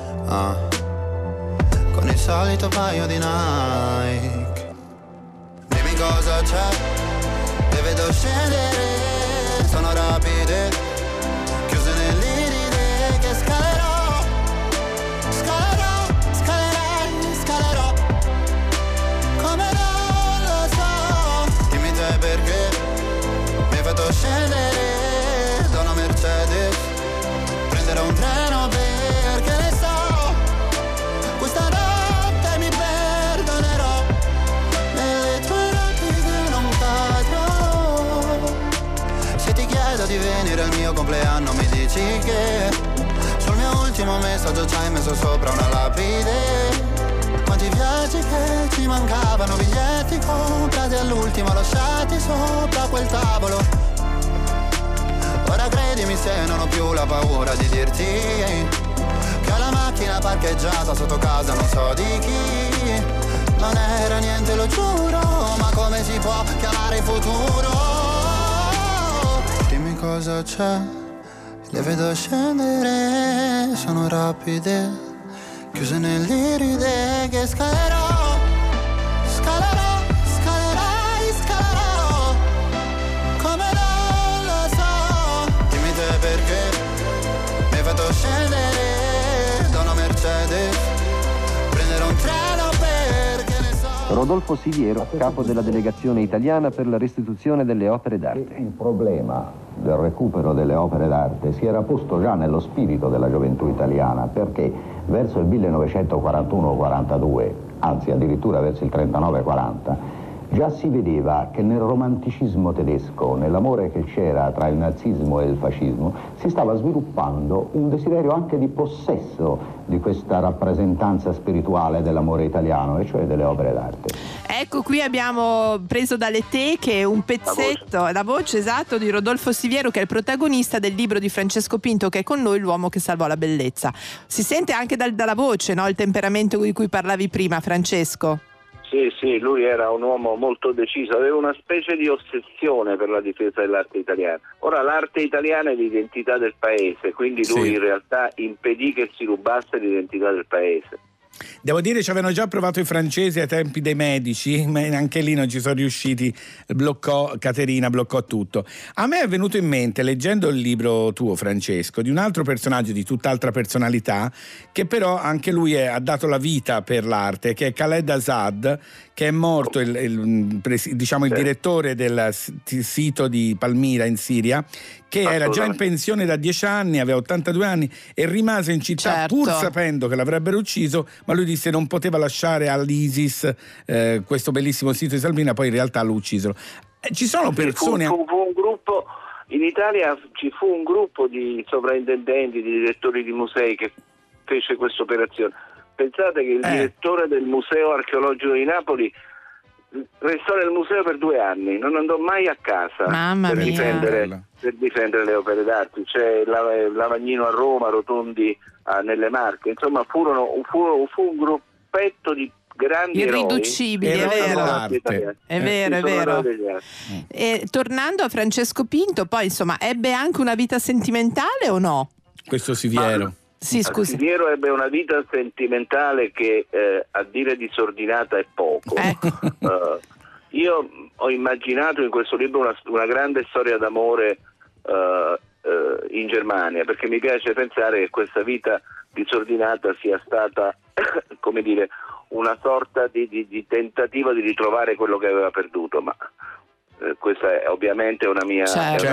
con il solito paio di Nike. Dimmi cosa c'è, le vedo scendere, sono rapide, chiuse nell'iride che scalerò, scalerò, scalerai, scalerò. Come non lo so, dimmi te perché mi hai fatto scendere da una Mercedes, prenderò un treno perché ne so, questa notte mi perdonerò, nelle tue rapide non cadrò. Se ti chiedo di venire al mio compleanno mi dici che sul mio ultimo messaggio ci hai messo sopra una lapide. Quanti viaggi che ci mancavano, biglietti comprati all'ultimo, lasciati sopra quel tavolo. Ora credimi se non ho più la paura di dirti che ho la macchina parcheggiata sotto casa non so di chi. Non era niente, lo giuro, ma come si può chiamare il futuro? Dimmi cosa c'è, le vedo scendere, sono rapide, chiuse nell'iride che scalerò, scalerò, scalerai, scalerò. Come non lo so, dimmi te perché mi hai fatto scendere da una Mercedes, prendere un treno perché ne so. Rodolfo Siviero, capo della delegazione italiana per la restituzione delle opere d'arte. Il problema del recupero delle opere d'arte si era posto già nello spirito della gioventù italiana, perché verso il 1941-42, anzi addirittura verso il 39-40, già si vedeva che nel romanticismo tedesco, nell'amore che c'era tra il nazismo e il fascismo, si stava sviluppando un desiderio anche di possesso di questa rappresentanza spirituale dell'amore italiano, e cioè delle opere d'arte. Ecco, qui abbiamo preso dalle teche un pezzetto, la voce esatto di Rodolfo Siviero, che è il protagonista del libro di Francesco Pinto, che è con noi, L'uomo che salvò la bellezza. Si sente anche dalla voce, no? Il temperamento di cui parlavi prima, Francesco. Sì, lui era un uomo molto deciso, aveva una specie di ossessione per la difesa dell'arte italiana. Ora l'arte italiana è l'identità del paese, quindi lui in realtà impedì che si rubasse l'identità del paese. Devo dire ci avevano già provato i francesi ai tempi dei Medici, ma anche lì non ci sono riusciti, Caterina bloccò tutto. A me è venuto in mente, leggendo il libro tuo, Francesco, di un altro personaggio di tutt'altra personalità, che però anche lui ha dato la vita per l'arte, che è Khaled Azad, che è morto, il direttore del sito di Palmira in Siria, che era già in pensione da 10 anni, aveva 82 anni e rimase in città pur sapendo che l'avrebbero ucciso, ma lui disse non poteva lasciare all'ISIS questo bellissimo sito di Palmira, poi in realtà lo uccisero. Ci sono persone... Fu un gruppo, in Italia ci fu un gruppo di sovrintendenti, di direttori di musei che fece questa operazione. Pensate che il direttore del Museo Archeologico di Napoli restò nel museo per 2 anni, non andò mai a casa per difendere le opere d'arte. C'è Lavagnino a Roma, Rotondi nelle Marche, insomma fu un gruppetto di grandi irriducibili, eroi. È vero. E tornando a Francesco Pinto, poi insomma ebbe anche una vita sentimentale o no? Questo Siviero. Sì, scusi. Siviero ebbe una vita sentimentale che a dire disordinata è poco. Io ho immaginato in questo libro una grande storia d'amore in Germania, perché mi piace pensare che questa vita disordinata sia stata, come dire, una sorta di tentativo di ritrovare quello che aveva perduto, ma questa è ovviamente una mia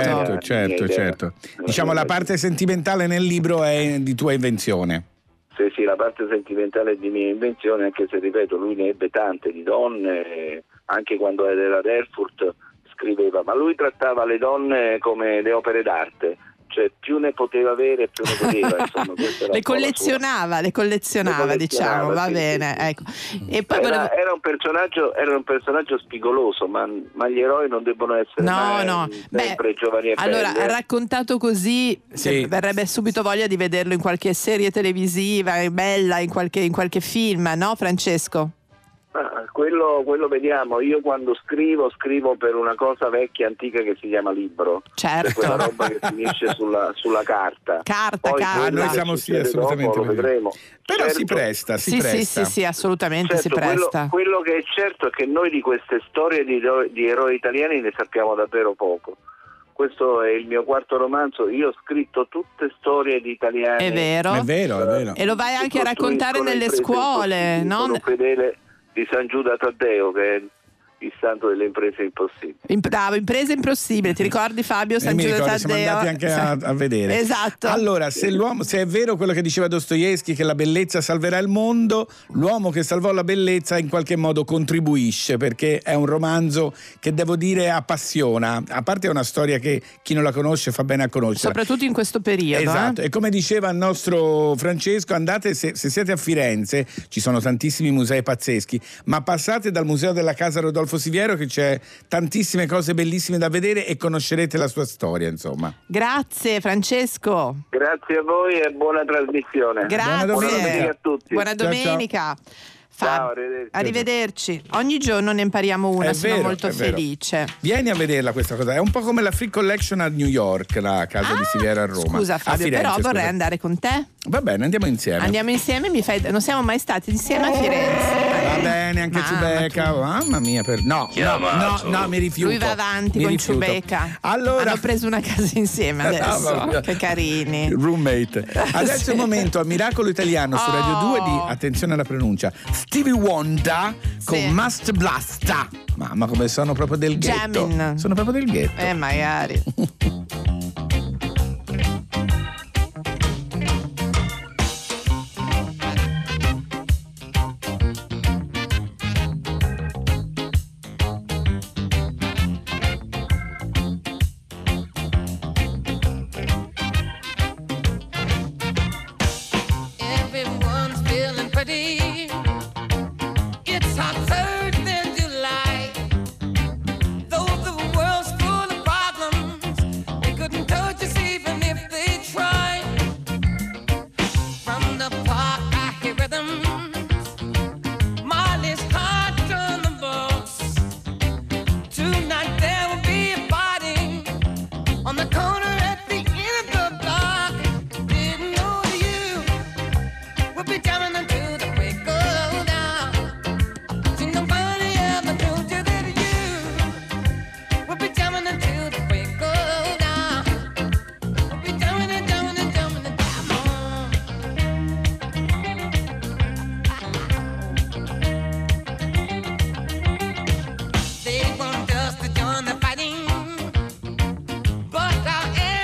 certo. Diciamo la parte sentimentale nel libro è di tua invenzione. Sì, la parte sentimentale è di mia invenzione, anche se ripeto lui ne ebbe tante di donne, anche quando era ad Erfurt scriveva, ma lui trattava le donne come le opere d'arte, cioè più ne poteva avere più ne poteva, insomma, le collezionava, diciamo, va sì, bene, sì. ecco. E poi era un personaggio spigoloso, ma gli eroi non debbono essere sempre giovani e allora, belli. Raccontato così verrebbe subito voglia di vederlo in qualche serie televisiva bella, in qualche film, no Francesco? Quello vediamo. Io quando scrivo per una cosa vecchia, antica, che si chiama libro. Certo. Quella roba che finisce sulla carta. Poi noi siamo assolutamente dopo, lo vedremo. Però certo, si presta. Sì, assolutamente, certo, si presta. Quello che è certo è che noi di queste storie di eroi italiani ne sappiamo davvero poco. Questo è il mio quarto romanzo, io ho scritto tutte storie di italiani. È vero. E lo vai anche a raccontare nelle scuole, no? Sono fedele di San Giuda Taddeo, che è il santo delle imprese impossibili. Bravo, imprese impossibili, ti ricordi Fabio? San Giuda Taddeo? Siamo andati anche a vedere. Esatto. Allora, se è vero quello che diceva Dostoevskij, che la bellezza salverà il mondo, l'uomo che salvò la bellezza in qualche modo contribuisce, perché è un romanzo che, devo dire, appassiona. A parte è una storia che chi non la conosce fa bene a conoscere. Soprattutto in questo periodo. Esatto, e come diceva il nostro Francesco, andate, se siete a Firenze, ci sono tantissimi musei pazzeschi, ma passate dal Museo della Casa Rodolfo Siviero, che c'è tantissime cose bellissime da vedere e conoscerete la sua storia, insomma. Grazie Francesco. Grazie a voi e buona trasmissione. Grazie. Buona domenica a tutti. Buona domenica. Ciao, arrivederci. Ogni giorno ne impariamo una, sono molto felice. Vieni a vederla questa cosa, è un po' come la Free Collection a New York, la casa di Siviero a Roma. Scusa Fabio, Firenze, però vorrei andare con te. Va bene, andiamo insieme. Non siamo mai stati insieme a Firenze. Va bene, anche Ciubecca. Mamma mia, no, mi rifiuto. Lui va avanti con Ciubecca. Allora, hanno preso una casa insieme adesso. Che carini. Roommate. Adesso è il momento a Miracolo Italiano su Radio 2 di, attenzione alla pronuncia, Stevie Wonder con Must Blasta. Mamma, come sono proprio del ghetto. Jamin. Sono proprio del ghetto. Magari. They want us to join the fighting, but our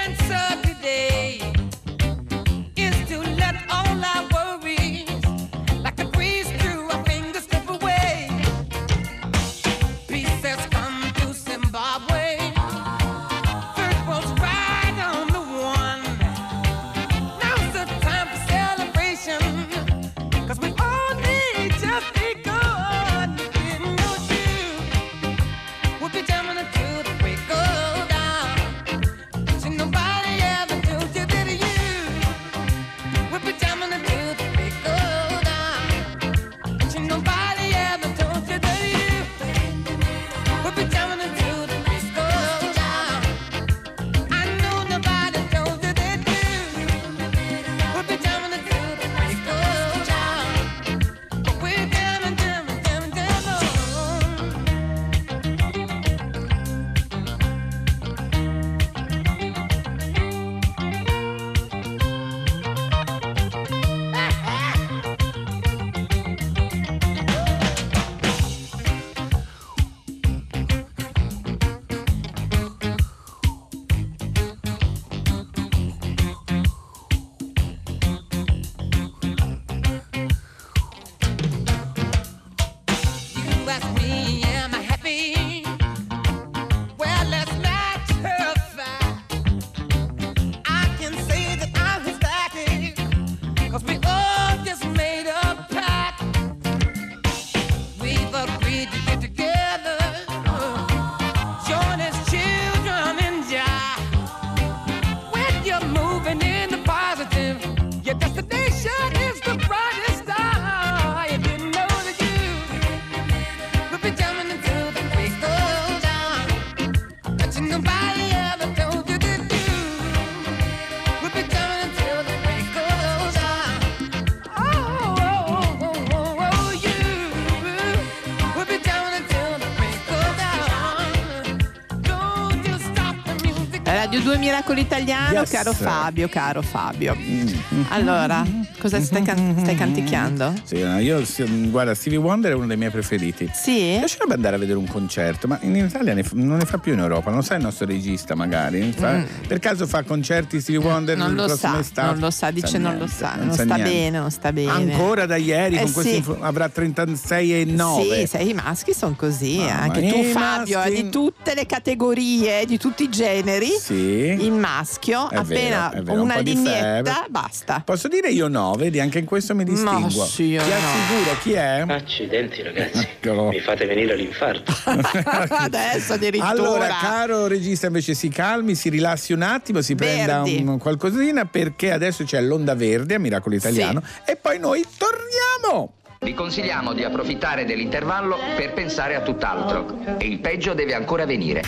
Radio 2 Miracolo Italiano, Yes. caro Fabio. Allora, cosa stai canticchiando? Sì, no, io guarda, Stevie Wonder è uno dei miei preferiti. Sì? Mi piacerebbe andare a vedere un concerto, ma in Italia non ne fa più in Europa, non sai il nostro regista magari? Per caso fa concerti Stevie Wonder? Non lo sa, estate? non lo sa, dice non lo sa, non sa sta niente. bene, non sta bene. Ancora da ieri con sì. avrà 36,9. Sì, i maschi sono così, Mamma anche mia, tu i Fabio, maschi- di tutte le categorie, di tutti i generi. Sì. Il maschio, È appena vero, un una po' di febbre. lineetta, basta. Posso dire io no, vedi, anche in questo mi distinguo. Ma sì, io Ti no. assicuro chi è? Accidenti ragazzi, Eccolo. mi fate venire l'infarto. Adesso addirittura. Allora, caro regista, invece si calmi, si rilassi un attimo, si prenda un qualcosina, perché adesso c'è l'Onda Verde a Miracolo Italiano e poi noi torniamo. Vi consigliamo di approfittare dell'intervallo per pensare a tutt'altro. E il peggio deve ancora venire.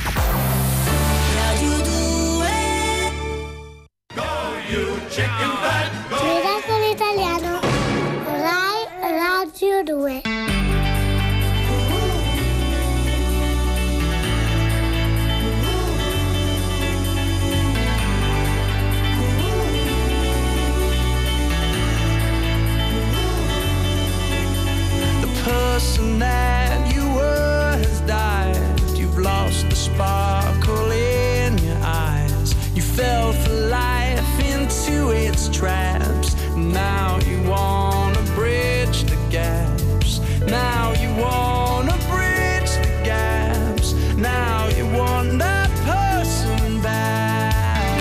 Miracolo Italiano, Rai Radio 2. The person that you were has died. You've lost the sparkle in your eyes. You fell for life into its traps. Now you wanna bridge the gaps. Now you wanna bridge the gaps. Now you want that person back.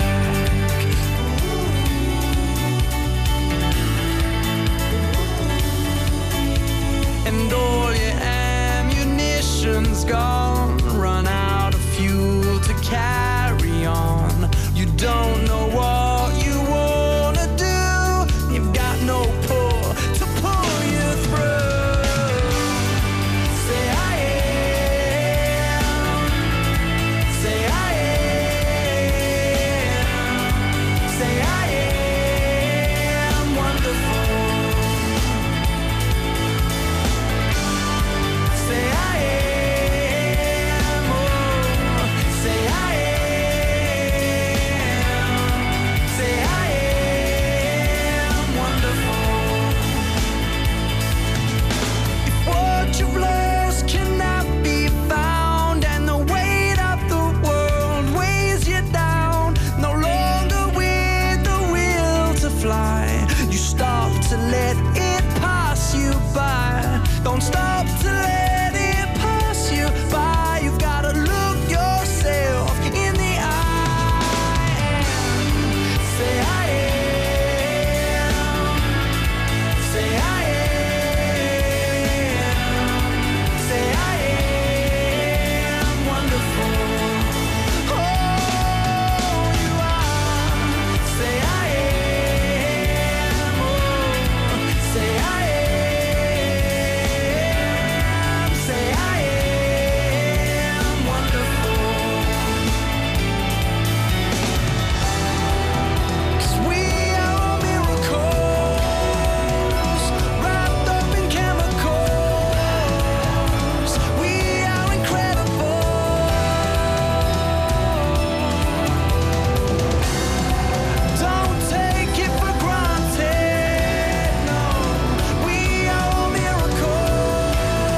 And all your ammunition's gone. Run out of fuel to carry on. You don't know what you wanna do. You've got no pull to pull you through. Say I am. Say I am. Say I am wonderful. Say I am. Oh, say I am. Say I am wonderful. If what you've lost cannot be found, and the weight of the world weighs you down, no longer with the will to fly, you stop to let it pass you by. Don't stop to let it pass you by. You've gotta look yourself in the eye. Say I am. Say I am. Say I am wonderful. Oh, you are. Say I am. Oh, say I am. Say I am wonderful. 'Cause we are all miracles, wrapped up in chemicals. We are incredible. Don't take it for granted. No, we are all miracles.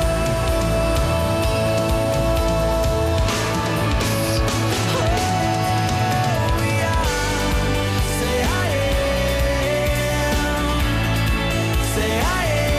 Oh, we are. Say I am. Say I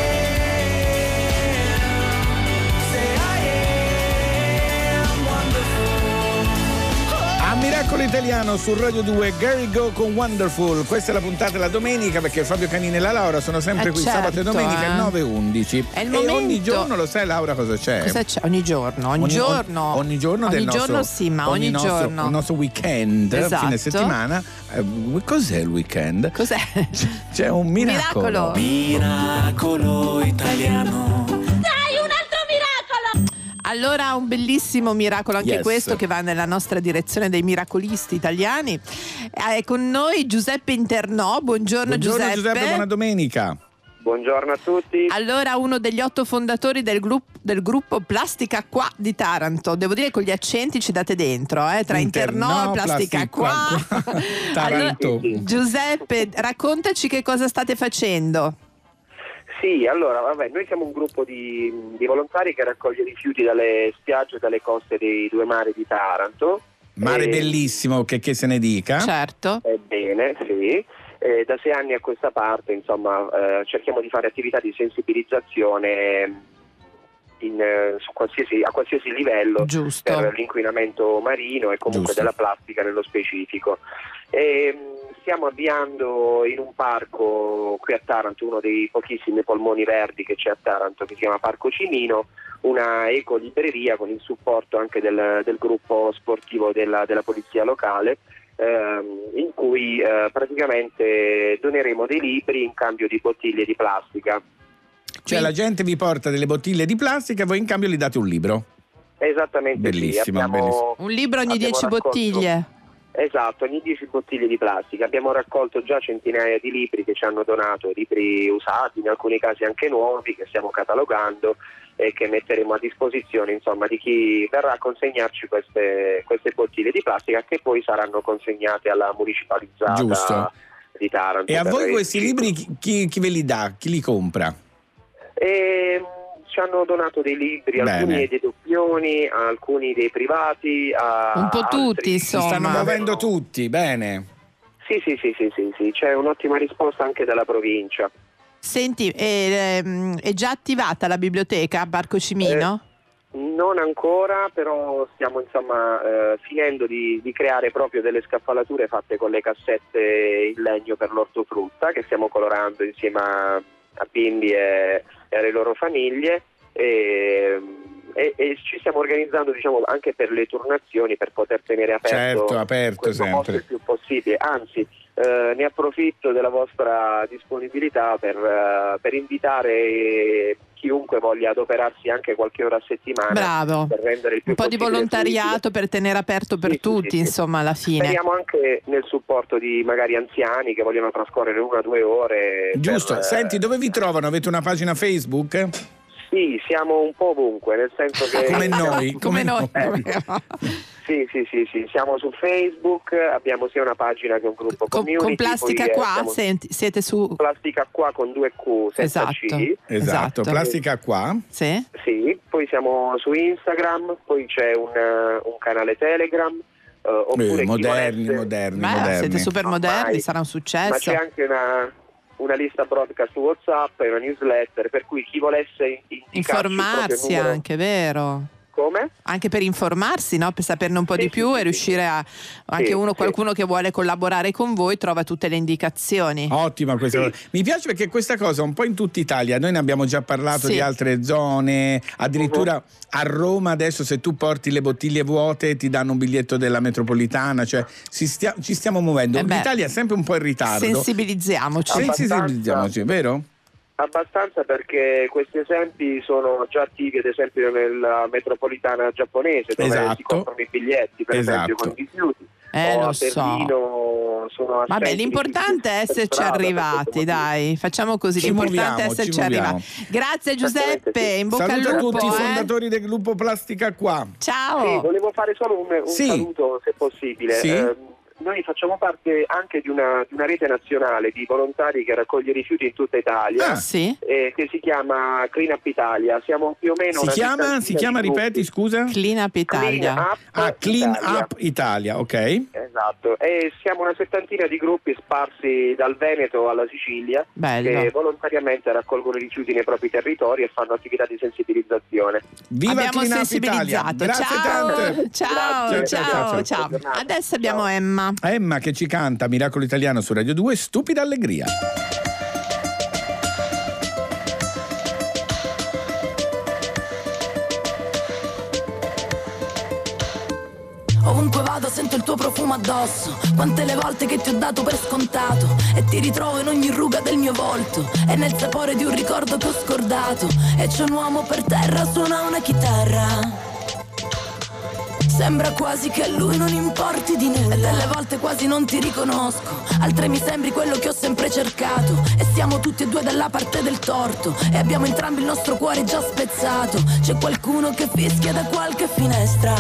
am. Say I am wonderful. A Miracolo Italiano su Radio 2, Gary Go con Wonderful. Questa è la puntata della domenica, perché Fabio Canini e la Laura sono sempre qui sabato e domenica alle 9:11. È il E momento. ogni giorno, lo sai Laura cosa c'è? Cosa c'è? Ogni giorno, ogni giorno. Ogni giorno del Ogni nostro, giorno sì, ma ogni giorno. il nostro weekend, Esatto. fine settimana. Cos'è il weekend? Cos'è? C'è un miracolo. Miracolo Italiano. Dai, un altro miracolo! Allora, un bellissimo miracolo anche Yes. questo, che va nella nostra direzione dei miracolisti italiani. È con noi Giuseppe Internò. Buongiorno Buongiorno Giuseppe, buona domenica. Buongiorno a tutti. Allora, uno degli 8 fondatori del gruppo Plastica Qua di Taranto. Devo dire, con gli accenti ci date dentro, tra Internò, Plastica Qua. Taranto. Allora, Giuseppe, raccontaci che cosa state facendo. Sì, allora, noi siamo un gruppo di volontari che raccoglie rifiuti dalle spiagge e dalle coste dei 2 mari di Taranto. Mare bellissimo, che se ne dica. Certo. Ebbene, sì. Da 6 anni a questa parte, insomma, cerchiamo di fare attività di sensibilizzazione a qualsiasi livello. Giusto. Per l'inquinamento marino e comunque della plastica nello specifico. Stiamo avviando in un parco qui a Taranto, uno dei pochissimi polmoni verdi che c'è a Taranto, che si chiama Parco Cimino, una ecolibreria con il supporto anche del gruppo sportivo della polizia locale, in cui praticamente doneremo dei libri in cambio di bottiglie di plastica. Cioè la gente vi porta delle bottiglie di plastica e voi in cambio gli date un libro. Esattamente. Bellissimo, sì. bellissimo. Un libro ogni 10 bottiglie. Esatto, ogni 10 bottiglie di plastica. Abbiamo raccolto già centinaia di libri che ci hanno donato, libri usati, in alcuni casi anche nuovi, che stiamo catalogando e che metteremo a disposizione, insomma, di chi verrà a consegnarci queste bottiglie di plastica, che poi saranno consegnate alla municipalizzata di Taranto. E a voi questi libri chi ve li dà? Chi li compra? Ci hanno donato dei libri, alcuni dei doppioni, alcuni dei privati. Un po' tutti, insomma. Si stanno muovendo tutti, bene. Sì, c'è un'ottima risposta anche dalla provincia. Senti, è già attivata la biblioteca a Parco Cimino? Non ancora, però stiamo finendo di creare proprio delle scaffalature fatte con le cassette in legno per l'ortofrutta, che stiamo colorando insieme a bimbi e alle loro famiglie, e ci stiamo organizzando, diciamo, anche per le turnazioni, per poter tenere aperto sempre il più possibile. Anzi, ne approfitto della vostra disponibilità per invitare chiunque voglia adoperarsi anche qualche ora a settimana. Bravo. Per rendere il più un po' di volontariato per tenere aperto per tutti, insomma, alla fine. Speriamo anche nel supporto di magari anziani che vogliono trascorrere 1 o 2 ore. Giusto. Senti, dove vi trovano? Avete una pagina Facebook? Sì, siamo un po' ovunque, nel senso che... Come noi. Sì, siamo su Facebook, abbiamo sia una pagina che un gruppo community. Con Plastica Qua? Siete su... Plastica Qua con 2 Q, senza C. Esatto, Plastica Qua. Sì, poi siamo su Instagram, poi c'è un canale Telegram. Oppure moderni. Siete super moderni, sarà un successo. Ma c'è anche una lista broadcast su WhatsApp e una newsletter, per cui chi volesse informarsi anche, vero? Come? Anche per informarsi, no? Per saperne un po' di più e riuscire a qualcuno che vuole collaborare con voi trova tutte le indicazioni. Ottima questa cosa. Mi piace perché questa cosa un po' in tutta Italia, noi ne abbiamo già parlato di altre zone, addirittura a Roma adesso se tu porti le bottiglie vuote ti danno un biglietto della metropolitana, cioè ci stiamo muovendo. L'Italia è sempre un po' in ritardo. Sensibilizziamoci, vero? Abbastanza, perché questi esempi sono già attivi, ad esempio nella metropolitana giapponese, dove si comprano i biglietti, per esempio, con i rifiuti. Lo a Berlino sono vabbè, l'importante è esserci arrivati, dai, facciamo così, l'importante è esserci arrivati. Grazie Giuseppe, in bocca al lupo. Saluto tutti i fondatori del gruppo Plastica Qua. Ciao. Volevo fare solo un saluto, se possibile. Noi facciamo parte anche di una rete nazionale di volontari che raccoglie rifiuti in tutta Italia, che si chiama Clean Up Italia. Siamo più o meno si chiama ripeti, scusa? Clean Up Italia. Clean Up Italia, ok. Esatto, e siamo una settantina di gruppi sparsi dal Veneto alla Sicilia, che volontariamente raccolgono i rifiuti nei propri territori e fanno attività di sensibilizzazione. Viva abbiamo Clean Up sensibilizzato. Italia. Grazie tante. Ciao. Adesso abbiamo Emma che ci canta Miracolo Italiano su Radio 2, Stupida Allegria. Ovunque vado sento il tuo profumo addosso. Quante le volte che ti ho dato per scontato e ti ritrovo in ogni ruga del mio volto e nel sapore di un ricordo che ho scordato. E c'è un uomo per terra, suona una chitarra. Sembra quasi che a lui non importi di nulla. E delle volte quasi non ti riconosco, altre mi sembri quello che ho sempre cercato. E siamo tutti e due dalla parte del torto, e abbiamo entrambi il nostro cuore già spezzato. C'è qualcuno che fischia da qualche finestra,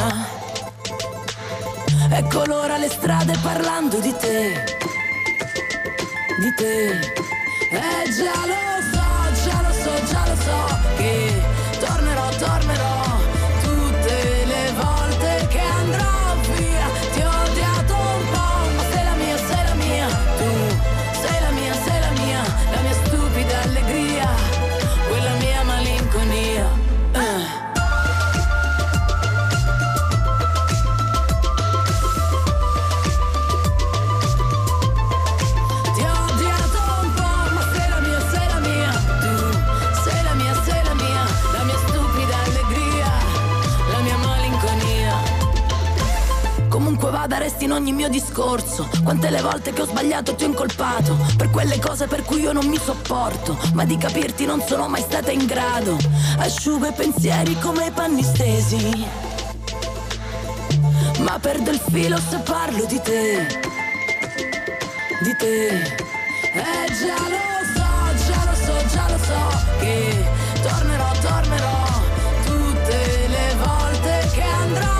e colora le strade parlando di te. Di te. Già lo so, già lo so, già lo so che tornerò, tornerò tutte le volte che andrò via. Ti ho odiato un po', ma sei la mia, tu sei la mia, la mia stupida allegria, quella mia malinconia. Vada, resti in ogni mio discorso. Quante le volte che ho sbagliato ti ho incolpato per quelle cose per cui io non mi sopporto, ma di capirti non sono mai stata in grado. Asciugo i pensieri come i panni stesi, ma perdo il filo se parlo di te. Di te. Già lo so, già lo so, già lo so che tornerò, tornerò tutte le volte che andrò.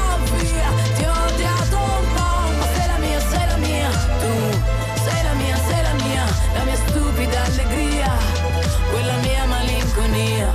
La mia stupida allegria, quella mia malinconia.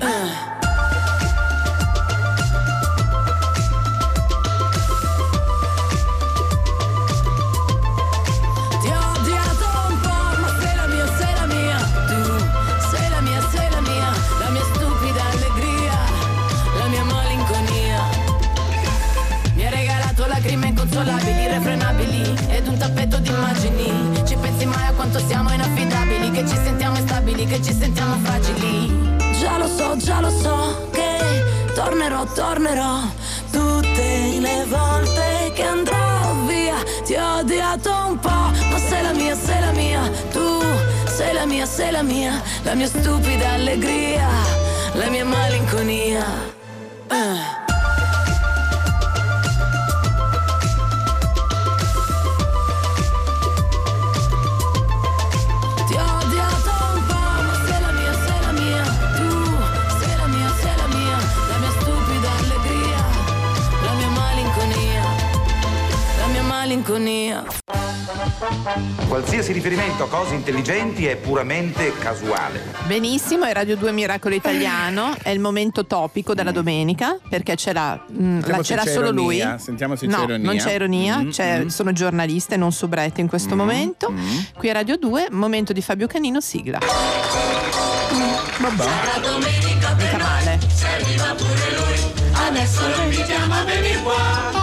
Ti ho odiato un po', ma sei la mia, tu sei la mia, la mia stupida allegria, la mia malinconia. Mi hai regalato lacrime inconsolabili, irrefrenabili, ed un tappeto di immagini. Ci pensi mai a quanto siamo inaffidabili, che ci sentiamo instabili, che ci sentiamo fragili. Già lo so che tornerò, tornerò tutte le volte che andrò via. Ti ho odiato un po', ma sei la mia, tu sei la mia, la mia stupida allegria, la mia malinconia. Qualsiasi riferimento a cose intelligenti è puramente casuale. Benissimo, è Radio 2 Miracolo Italiano, è il momento topico della domenica, perché c'era solo lui. Sentiamo se c'è ironia. Non c'è ironia, sono giornaliste, non soubrette in questo momento. Qui a Radio 2, momento di Fabio Canino, sigla. Vabbè. Mica male. Se arriva pure lui, adesso lo invitiamo a venire qua.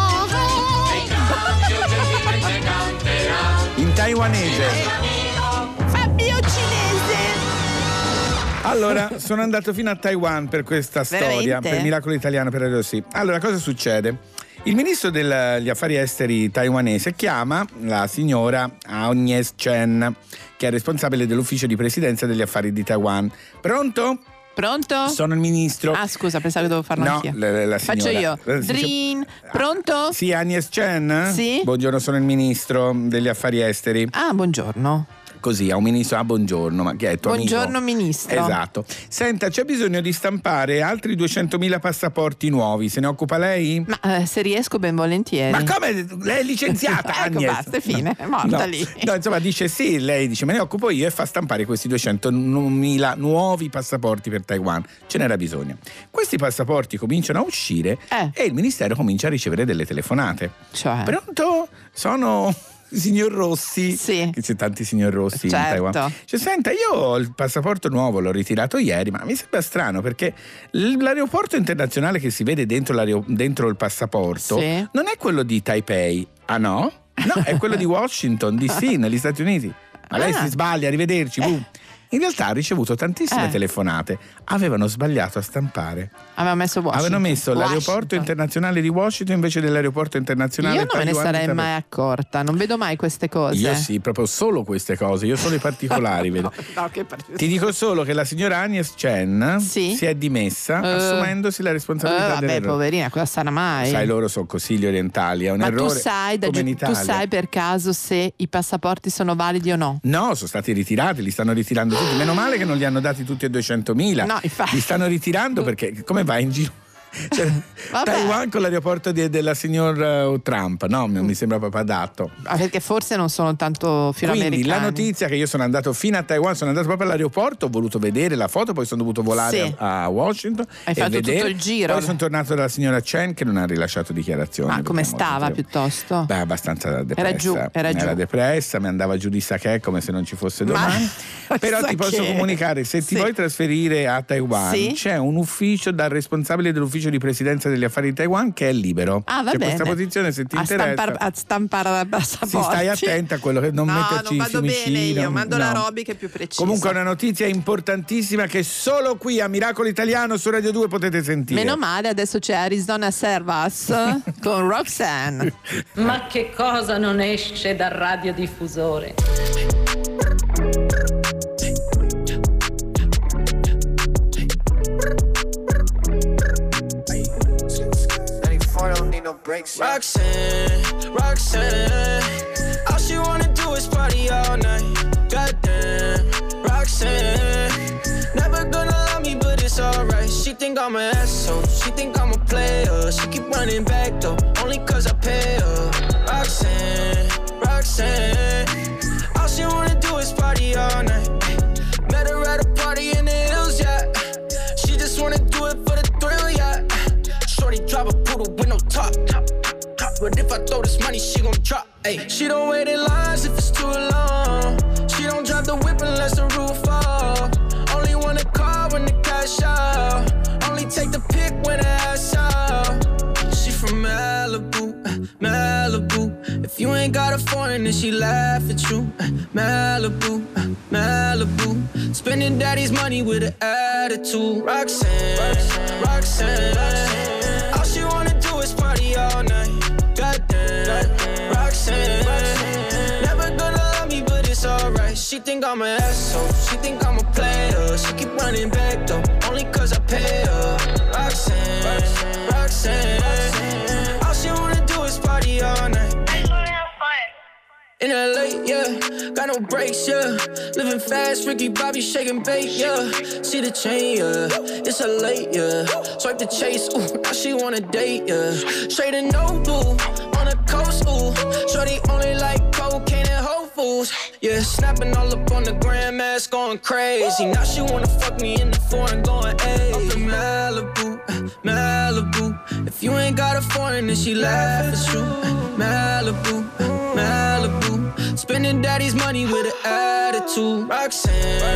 In taiwanese. Fabio cinese. Allora, sono andato fino a Taiwan per questa storia, veramente? Per Miracolo Italiano, per Radio Sì. Allora, cosa succede? Il ministro degli affari esteri taiwanese chiama la signora Agnes Chen, che è responsabile dell'ufficio di presidenza degli affari di Taiwan. Pronto? Pronto? Sono il ministro. Ah, scusa, pensavo che dovevo farlo no, anch'io. La Faccio io. Drin. Pronto? Sì, Agnes Chen? Sì. Buongiorno, sono il ministro degli affari esteri. Ah, buongiorno. Così, a un ministro, buongiorno, ma che è tuo buongiorno amico? Ministro. Esatto. Senta, c'è bisogno di stampare altri 200.000 passaporti nuovi, se ne occupa lei? Ma se riesco ben volentieri. Ma come? Lei è licenziata, Agnes? Ecco, basta, è fine, è morta lì. No, insomma, dice sì, lei dice me ne occupo io e fa stampare questi 200.000 nuovi passaporti per Taiwan. Ce n'era bisogno. Questi passaporti cominciano a uscire e il ministero comincia a ricevere delle telefonate. Cioè? Pronto? Sono... Signor Rossi, sì. Che c'è tanti signor Rossi certo. in Taiwan. Cioè, senta, io ho il passaporto nuovo, l'ho ritirato ieri, ma mi sembra strano perché l'aeroporto internazionale che si vede dentro il passaporto non è quello di Taipei. Ah no? No, è quello di Washington DC, negli Stati Uniti. Ma lei si sbaglia, arrivederci. In realtà ha ricevuto tantissime telefonate, avevano sbagliato a stampare. Aveva messo Washington. Avevano messo l'aeroporto internazionale di Washington invece dell'aeroporto internazionale Io non me ne sarei mai accorta, non vedo mai queste cose. Io sì, proprio solo queste cose, io solo i particolari vedo. No, che particolari. Ti dico solo che la signora Agnes Chen si è dimessa assumendosi la responsabilità vabbè, dell'errore. poverina, cosa sarà mai? Sai, loro sono consigli orientali, è un errore. Tu sai per caso se i passaporti sono validi o no? No, sono stati ritirati, li stanno ritirando tutti. Meno male che non li hanno dati tutti a 200.000. No, infatti. Li stanno ritirando perché come vai in giro? Cioè, Taiwan con l'aeroporto della signor Trump, no? Mi sembra proprio adatto. Perché forse non sono tanto filoamericani. Quindi la notizia che io sono andato fino a Taiwan, sono andato proprio all'aeroporto, ho voluto vedere la foto, poi sono dovuto volare a Washington. Hai fatto vedere. tutto il giro. Poi sono tornato dalla signora Chen che non ha rilasciato dichiarazioni. Ma come stava piuttosto? Beh, abbastanza depressa. Era giù. Depressa, mi andava giù di sake come se non ci fosse domani. Però ti posso comunicare, se ti vuoi trasferire a Taiwan, c'è un ufficio dal responsabile dell'ufficio di presidenza degli affari di Taiwan che è libero. Va c'è bene. Questa posizione, se ti interessa, a stampare passaporti. stai attenta a quello che non metterci non vado bene fiumicino. io, mando la Roby che è più precisa. Comunque è una notizia importantissima che solo qui a Miracolo Italiano su Radio 2 potete sentire. Meno male, adesso c'è Arizona Servas con Roxanne. Ma che cosa non esce dal radiodiffusore? Roxanne, Roxanne, all she wanna do is party all night. Goddamn, Roxanne, never gonna love me, but it's alright. She think I'm an asshole, she think I'm a player. She keep running back though, only cause I pay her. Roxanne, Roxanne, all she wanna do is party all night. Met her at a party in the hills, yeah. She just wanna do it for the thrill, yeah. Shorty drive a poodle with no top. But if I throw this money, she gon' drop. Ay. She don't wait in lines if it's too long. She don't drive the whip unless the roof fall. Only wanna call when the cash out. Only take the pic when the ass out. She from Malibu, Malibu. If you ain't got a foreign, then she laugh at you. Malibu, Malibu. Spending daddy's money with an attitude. Roxanne, Roxanne, Roxanne. All she wanna do is party all night. Goddamn, Roxanne, never gonna love me, but it's alright. She think I'm an asshole, she think I'm a player. She keep running back though, only cause I pay her. Roxanne, Roxanne, all she wanna do is party all night. In LA, yeah, got no brakes, yeah. Living fast, Ricky Bobby shaking bait, yeah. See the chain, yeah, it's a late, yeah. Swipe the chase, ooh, now she wanna date, yeah. Straight and no blue, on the coast, ooh. Shorty only like cocaine and Whole Foods, yeah. Snapping all up on the grandmas, going crazy. Now she wanna fuck me in the foreign, going, ayy. Up in Malibu, Malibu. If you ain't got a foreign, then she laugh at you. Malibu, Malibu. Spending daddy's money with an attitude. Roxanne,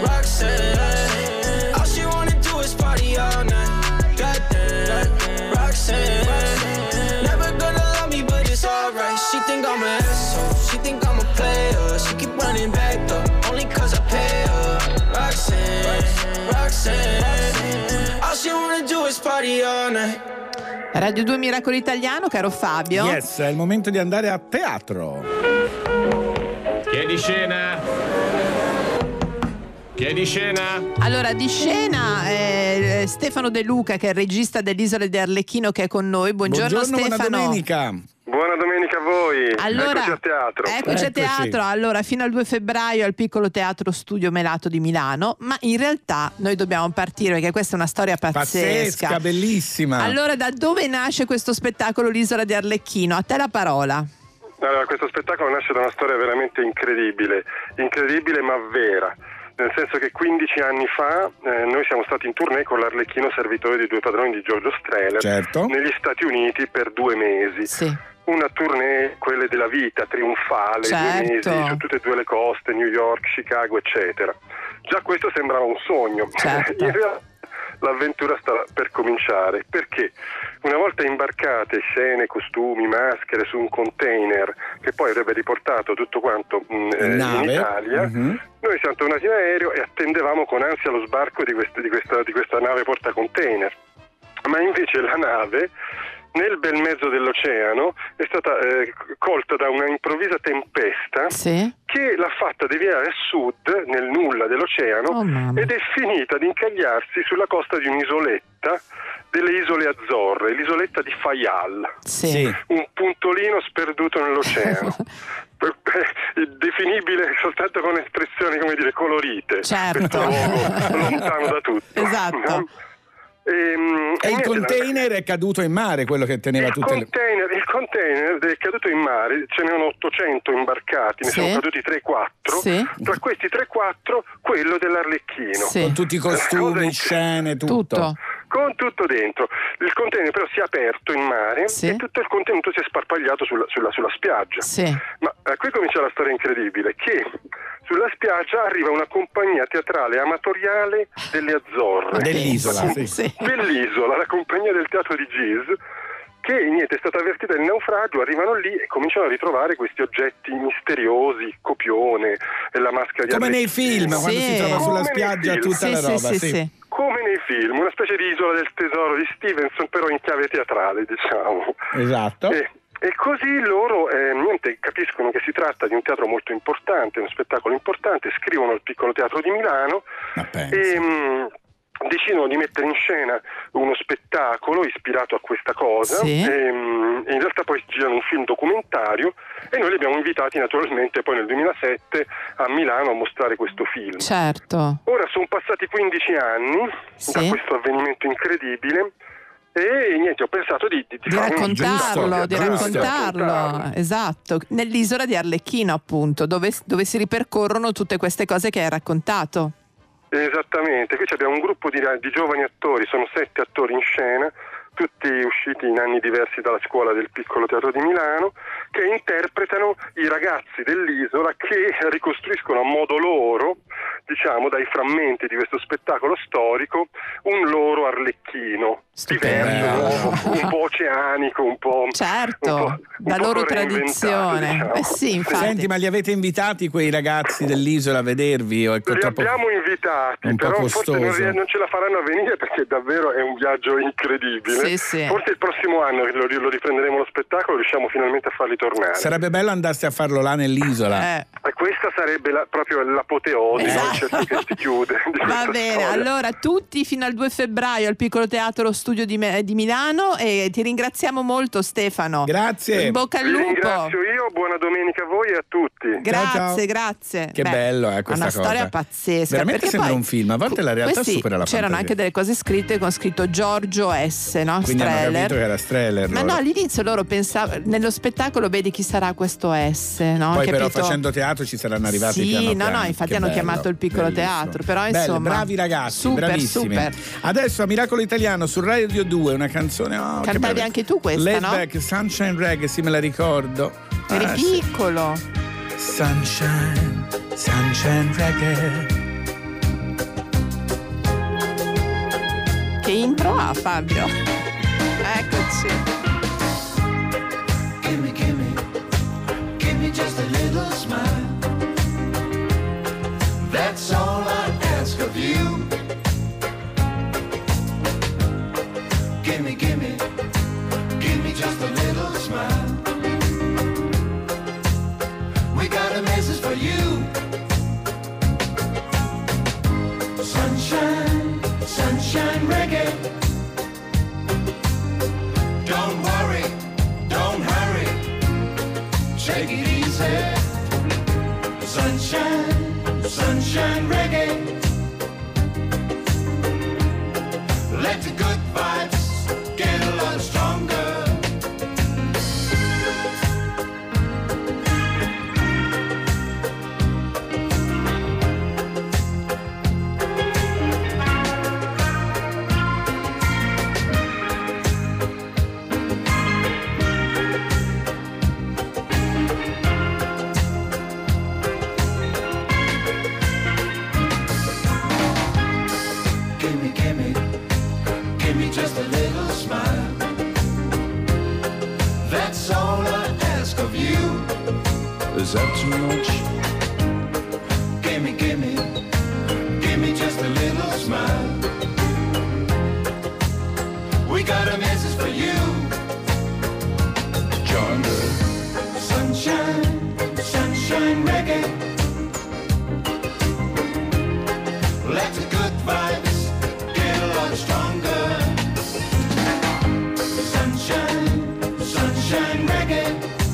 Roxanne, all she wanna do is party all night. Goddamn, Roxanne, never gonna love me, but it's alright. She think I'm an asshole, she think I'm a player. She keep running back though, only cause I pay her. Roxanne, Roxanne, all she wanna do is party all night. Radio 2 Miracolo Italiano, caro Fabio. Yes, è il momento di andare a teatro. Chi è di scena? Chi è di scena? Allora, di scena Stefano De Luca, che è il regista dell'Isola di Arlecchino, che è con noi. Buongiorno Stefano. Buona domenica. Buona domenica a voi. Allora, eccoci a teatro. Eccoci a teatro. Allora, fino al 2 febbraio al Piccolo Teatro Studio Melato di Milano, ma in realtà noi dobbiamo partire perché questa è una storia pazzesca, bellissima. Allora, da dove nasce questo spettacolo L'Isola di Arlecchino? A te la parola. Allora, questo spettacolo nasce da una storia veramente incredibile ma vera. Nel senso che 15 anni fa noi siamo stati in tournée con l'Arlecchino servitore di Due padroni di Giorgio Strehler, certo, negli Stati Uniti per 2 mesi. Sì. Una tournée, quelle della vita, trionfale, certo, 2 mesi su tutte e 2 le coste, New York, Chicago, eccetera. Già questo sembrava un sogno. Certo. In realtà l'avventura sta per cominciare, perché una volta imbarcate scene, costumi, maschere su un container che poi avrebbe riportato tutto quanto in Italia, noi siamo tornati in aereo e attendevamo con ansia lo sbarco di questa nave portacontainer, ma invece la nave nel bel mezzo dell'oceano è stata colta da una improvvisa tempesta che l'ha fatta deviare a sud nel nulla dell'oceano ed è finita ad incagliarsi sulla costa di un'isoletta delle isole Azzorre, l'isoletta di Fayal, un puntolino sperduto nell'oceano. Definibile soltanto con espressioni, come dire, colorite, questo luogo lontano da tutti. Esatto. E il container è caduto in mare, quello che teneva il container è caduto in mare, ce n'erano 800 imbarcati, ne sono caduti 3-4, tra questi 3-4 quello dell'Arlecchino, con tutti i costumi, scene, tutto. Con tutto dentro. Il container però si è aperto in mare e tutto il contenuto si è sparpagliato sulla spiaggia. Ma qui comincia la storia incredibile, che sulla spiaggia arriva una compagnia teatrale amatoriale delle Azzorre. Dell'isola, Dell'isola, la compagnia del teatro di Giz, che è stata avvertita del naufragio, arrivano lì e cominciano a ritrovare questi oggetti misteriosi, copione, la maschera di come Arlecchino. nei film, quando si trova sulla spiaggia tutta la roba. Come nei film, una specie di isola del tesoro di Stevenson, però in chiave teatrale, diciamo. Esatto. E così loro capiscono che si tratta di un teatro molto importante, uno spettacolo importante, scrivono al Piccolo Teatro di Milano e decidono di mettere in scena uno spettacolo ispirato a questa cosa e in realtà poi girano un film documentario e noi li abbiamo invitati naturalmente poi nel 2007 a Milano a mostrare questo film. Certo. Ora sono passati 15 anni da questo avvenimento incredibile e niente, ho pensato di raccontarlo, esatto, nell'isola di Arlecchino, appunto, dove si ripercorrono tutte queste cose che hai raccontato. Esattamente, qui abbiamo un gruppo di giovani attori, sono 7 attori in scena, tutti usciti in anni diversi dalla scuola del Piccolo Teatro di Milano, che interpretano i ragazzi dell'isola che ricostruiscono a modo loro, diciamo dai frammenti di questo spettacolo storico, un loro Arlecchino diverso, un po' oceanico, un po' la loro tradizione, diciamo. Senti, ma li avete invitati quei ragazzi dell'isola a vedervi? Li abbiamo invitati, però forse non ce la faranno a venire perché davvero è un viaggio incredibile. Forse il prossimo anno che lo riprenderemo lo spettacolo, riusciamo finalmente a farli tornare. Sarebbe bello andarsi a farlo là nell'isola. E questa sarebbe proprio l'apoteosi, certo che si chiude. Va bene, allora tutti fino al 2 febbraio al Piccolo Teatro Studio di Milano e ti ringraziamo molto, Stefano. Grazie. In bocca al lupo. Ringrazio io, buona domenica a voi e a tutti. Grazie. Che bello questa una cosa. Storia pazzesca. Veramente sembra poi un film, a volte la realtà supera la fantasia. C'erano anche delle cose scritte con scritto Giorgio S, no? Quindi hanno capito che era Streller. Ma no, all'inizio loro pensavano, nello spettacolo vedi chi sarà questo S, no? Poi però facendo teatro ci saranno arrivati piano piano. Infatti hanno chiamato il Piccolo Teatro, però insomma bravi ragazzi, super, bravissimi. Super. Adesso a Miracolo Italiano su Radio 2 una canzone cantavi anche tu questa, Laid no? Back, Sunshine Reggae, sì, me la ricordo. Eri piccolo. Sunshine Reggae. Che intro ha, Fabio? Eccoci. Give me just a little smile. That's all I ask of you. Give me just a little smile. We got a message for you. Sunshine reggae. Don't worry, don't hurry. Take it easy. lunch. Gimme, gimme, gimme just a little smile. We got a message for you. Join the sunshine, sunshine reggae. Let the good vibes get a lot stronger. Sunshine, sunshine reggae.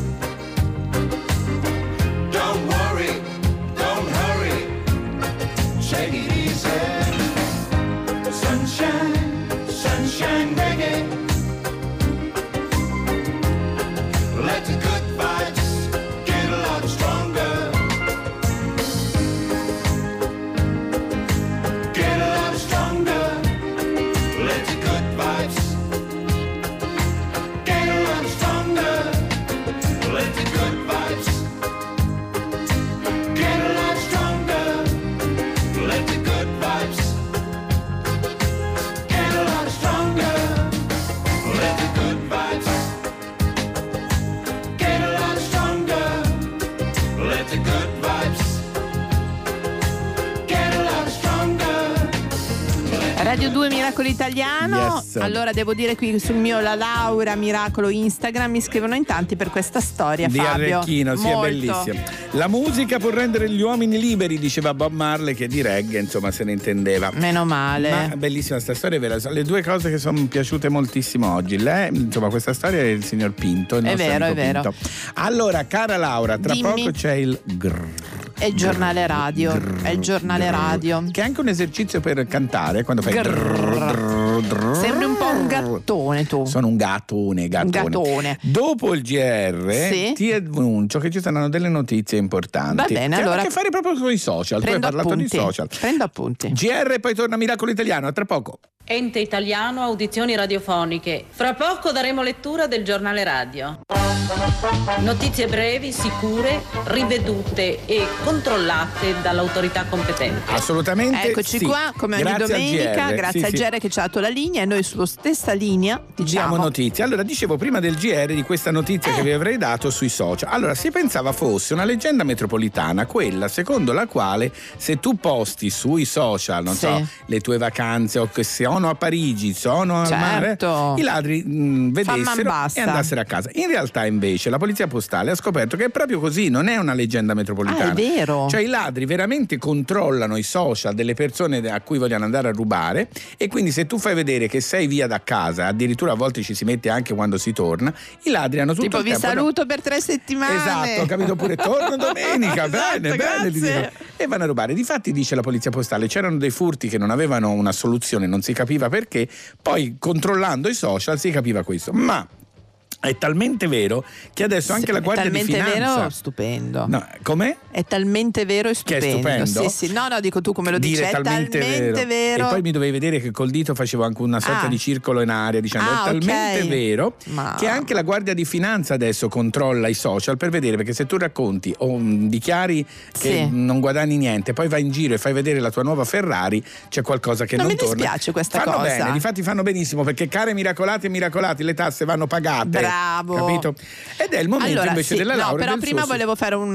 Don't worry, don't hurry. Take it easy. Sunshine, sunshine reggae. Let the good vibes get a lot stronger. Get a lot stronger. Let the good vibes get a lot stronger. Let the good vibes get a lot stronger. Let the good vibes get a lot stronger. Let the good vibes get a lot stronger. Let the good vibes get a lot stronger. Radio 2 Miracolo Italiano. Yes. Allora devo dire qui sul mio La Laura Miracolo Instagram mi scrivono in tanti per questa storia, Di Fabio. Arlecchino, sì, Molto. è bellissima. La musica può rendere gli uomini liberi, diceva Bob Marley, che di reggae insomma se ne intendeva. Meno male. Ma bellissima sta storia, è vera. Sono le due cose che sono piaciute moltissimo oggi. Insomma, questa storia è il signor Pinto, il È nostro vero, amico è vero. Pinto. Allora, cara Laura, tra Dimmi. poco c'è il È il giornale radio. È il giornale radio. che è anche un esercizio per cantare quando fai Sembri un po' un gattone tu. Sono un gattone. gattone. Dopo il GR Sì. ti annuncio che ci saranno delle notizie importanti. Va bene, che hanno allora a che fare proprio con i social. Tu hai Prendo parlato appunti. di social. Prendo appunti. GR e poi torna Miracolo Italiano, a tra poco. Ente italiano, audizioni radiofoniche. Fra poco daremo lettura del giornale radio. Notizie brevi, sicure, rivedute e controllate dall'autorità competente. Assolutamente. Eccoci sì. qua, come ogni Grazie al domenica, GR. grazie Sì, al sì. GR che ci ha dato la linea e noi sulla stessa linea Diamo diciamo. notizie. Allora, dicevo prima del GR di questa notizia che vi avrei dato sui social. Allora, si pensava fosse una leggenda metropolitana, quella secondo la quale se tu posti sui social, non Sì. so, le tue vacanze o che sono a Parigi, sono al Certo. mare, i ladri vedessero basta. e andassero a casa. In realtà invece la polizia postale ha scoperto che è proprio così, non è una leggenda metropolitana. Ah, è vero. Cioè i ladri veramente controllano i social delle persone a cui vogliono andare a rubare e quindi se tu fai vedere che sei via da casa, addirittura a volte ci si mette anche quando si torna, i ladri hanno tutto Tipo il vi tempo. saluto per 3 settimane. Esatto, ho capito pure, torno domenica, Esatto, bene, grazie. ti dico. E vanno a rubare. Difatti dice la polizia postale, c'erano dei furti che non avevano una soluzione, non si capiva perché, poi controllando i social si capiva questo, ma è talmente vero che adesso anche la Guardia di Finanza... È talmente vero, stupendo. No, com'è? È talmente vero e Che è stupendo. stupendo? Sì, sì. No, dico tu come lo dici. Dire È talmente vero. E poi mi dovevi vedere che col dito facevo anche una sorta Ah. di circolo in aria dicendo Ah, è talmente ok. vero Ma- che anche la Guardia di Finanza adesso controlla i social per vedere, perché se tu racconti o dichiari che Sì. non guadagni niente, poi vai in giro e fai vedere la tua nuova Ferrari, c'è qualcosa che non mi torna. dispiace questa fanno cosa. bene, difatti fanno benissimo, perché care miracolate e miracolati, le tasse vanno pagate. Bravo. Capito? Ed è il momento Allora, invece sì, della no, laurea però del prima suo- volevo fare un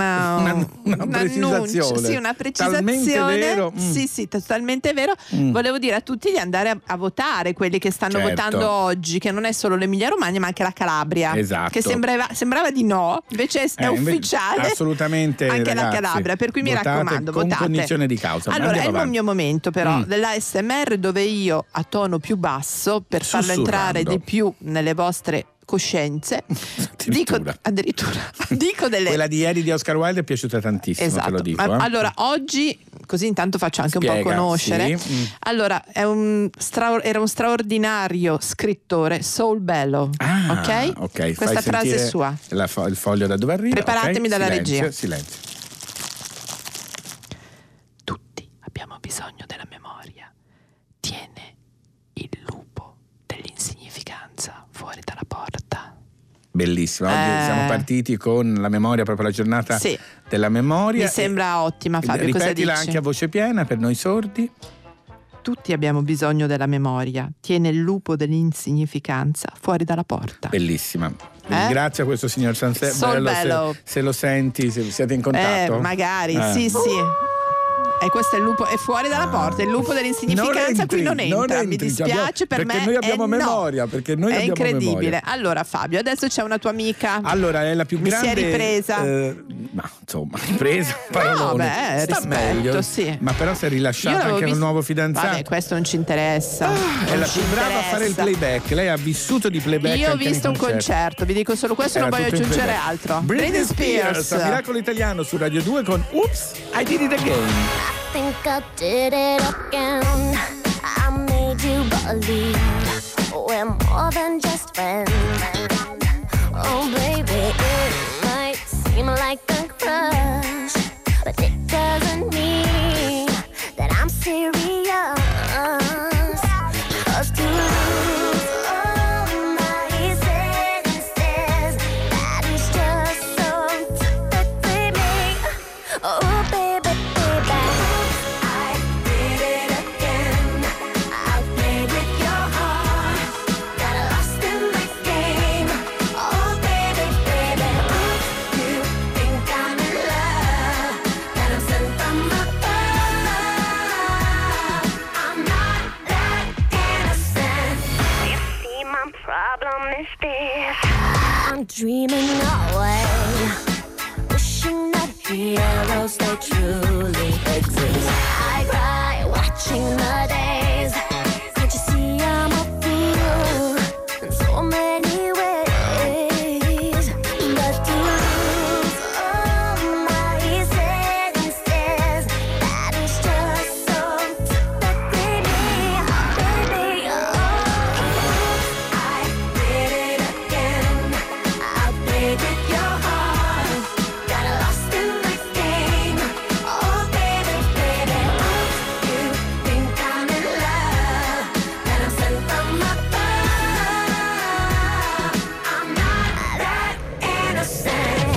precisazione. Sì, una precisazione. Talmente vero. Sì, totalmente vero. Volevo dire a tutti di andare a votare, quelli che stanno Certo. votando oggi, che non è solo l'Emilia Romagna, ma anche la Calabria. Esatto. Che sembrava di no, invece è invece- ufficiale. assolutamente, anche la ragazzi, Calabria, per cui mi votate raccomando, con votate. cognizione di causa. Ma Allora, è andiamo il avanti. mio momento però dell'ASMR, dove io a tono più basso, per farlo Sussurrando. entrare di più nelle vostre coscienze, dico delle Quella di ieri di Oscar Wilde è piaciuta tantissimo, te Esatto. lo dico. eh. Allora, oggi, così intanto faccio anche un po' Spiega, conoscere. sì. Allora, era un straordinario scrittore, Saul Bellow. ok? Ok, Questa fai frase è sentire sua. il foglio da dove arriva. Preparatemi ok? dalla Silenzio, regia. Silenzio. Abbiamo bisogno della memoria. Tiene il lupo dell'insignificanza fuori dalla porta. Bellissimo. Oggi siamo partiti con la memoria, proprio la giornata Sì. della memoria. Mi sembra ottima, Fabio. Cosa Ripetila dici? anche a voce piena per noi sordi. Tutti abbiamo bisogno della memoria. Tiene il lupo dell'insignificanza fuori dalla porta. Bellissima. Quindi grazie a questo signor Sansello, se lo senti, se siete in contatto. Magari, sì. E questo è il lupo, è fuori dalla porta, il lupo dell'insignificanza qui non entra. Mi dispiace, per me noi abbiamo memoria, perché noi è abbiamo incredibile. Memoria. Allora Fabio, adesso c'è una tua amica. Allora è la più grande. Mi si è ripresa? Ma insomma, ripresa, parolone. Sta rispetto, meglio, sì. Ma però si è rilasciata anche un nuovo fidanzato. Vabbè, questo non ci interessa. È la più brava a fare il playback. Lei ha vissuto di playback. Io ho anche visto un concerto, vi dico solo questo, non voglio aggiungere altro. Britney Spears, a Miracolo Italiano su Radio 2 con Oops, I Did It Again. I think I did it again. I made you believe we're more than just friends. Oh baby, it might seem like a crush, but it doesn't mean that I'm serious. 'Cause to lose all my senses, that is just so typically me. Oh baby, I did it again. I played with your heart, got lost in the game. Oh baby, oops, you think I'm in love, that I'm sent from above. I'm not that innocent. You see, my problem is this: I'm dreaming away, wishing that heroes they truly exist. I cry watching the days. Can't you see I'm a fool in so many ways? But to lose all my senses, that is just so typically me, baby. Oh, I did it again. I played with your heart, got lost in the game. Oh baby, oops, you think I'm in love, that I'm sent from above. I'm not that innocent.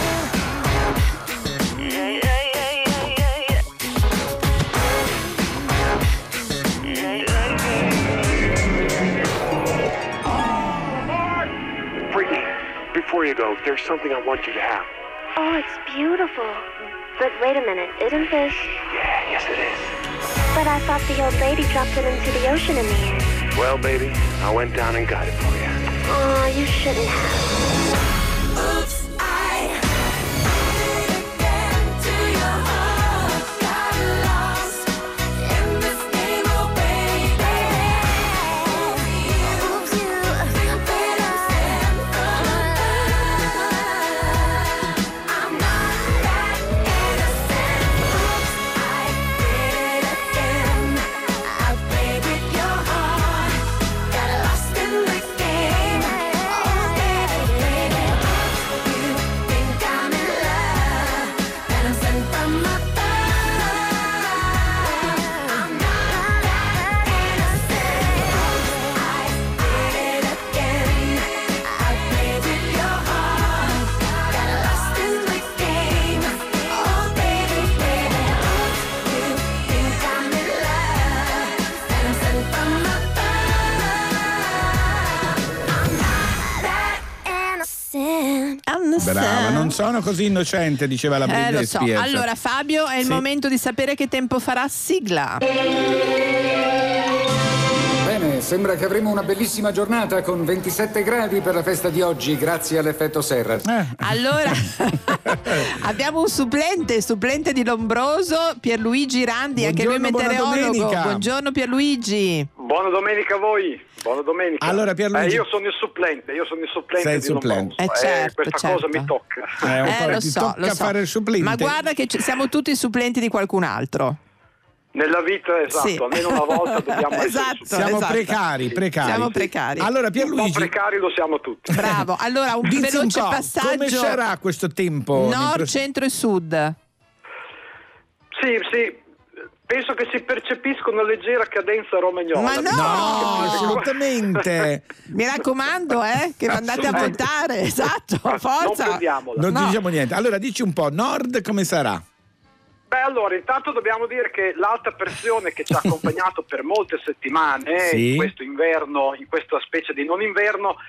Brittany, before you go, there's something I want you to have. Oh, it's beautiful. But wait a minute, isn't this? Yeah, yes it is. But I thought the old lady dropped it into the ocean in the end. Well, baby, I went down and got it for you. Oh, you shouldn't have. Oops, I did it again to your heart. Got lost in this game, oh baby. Oops, you think I'm sent from above. I'm not that innocent. Oops, I did it again. I played with your heart, got lost in the game. Oh baby, you think I'm in love, that I'm sent from above. I'm not that innocent. I did it again. I played with your heart, got lost in the game. Oh baby, you think I'm in love, that I'm sent from above. I'm not that innocent. Brava, non sono così innocente, diceva la Britney Lo so. Spears. Allora Fabio, è il momento di sapere che tempo farà. Sigla. Bene, sembra che avremo una bellissima giornata con 27 gradi per la festa di oggi, grazie all'effetto serra. Allora abbiamo un supplente di Lombroso, Pierluigi Randi, anche lui Buongiorno, buona meteorologo. domenica. Buongiorno Pierluigi. Buona domenica a voi. Buona domenica. Allora, Pierluigi. Io sono il supplente Sei il di supplente. Lombroso. Certo, questa certo. cosa mi tocca. Lo ti so, tocca lo so. fare il supplente. Ma guarda che siamo tutti supplenti di qualcun altro. Nella vita, esatto, Sì. almeno una volta dobbiamo essere Esatto. Siamo precari. Siamo precari. Allora un po' Pierluigi, precari lo siamo tutti. Bravo. Allora un dici un veloce po', passaggio. come sarà questo tempo? Nord, centro e sud. Sì, penso che si percepisca una leggera cadenza romagnola. Ma No, assolutamente. Mi raccomando, che andate a votare. Esatto, forza. Non perdiamola. Non No. diciamo niente. Allora dici un po', Nord come sarà? Beh, allora, intanto dobbiamo dire che l'alta pressione che ci ha accompagnato per molte settimane Sì. in questo inverno, in questa specie di non inverno,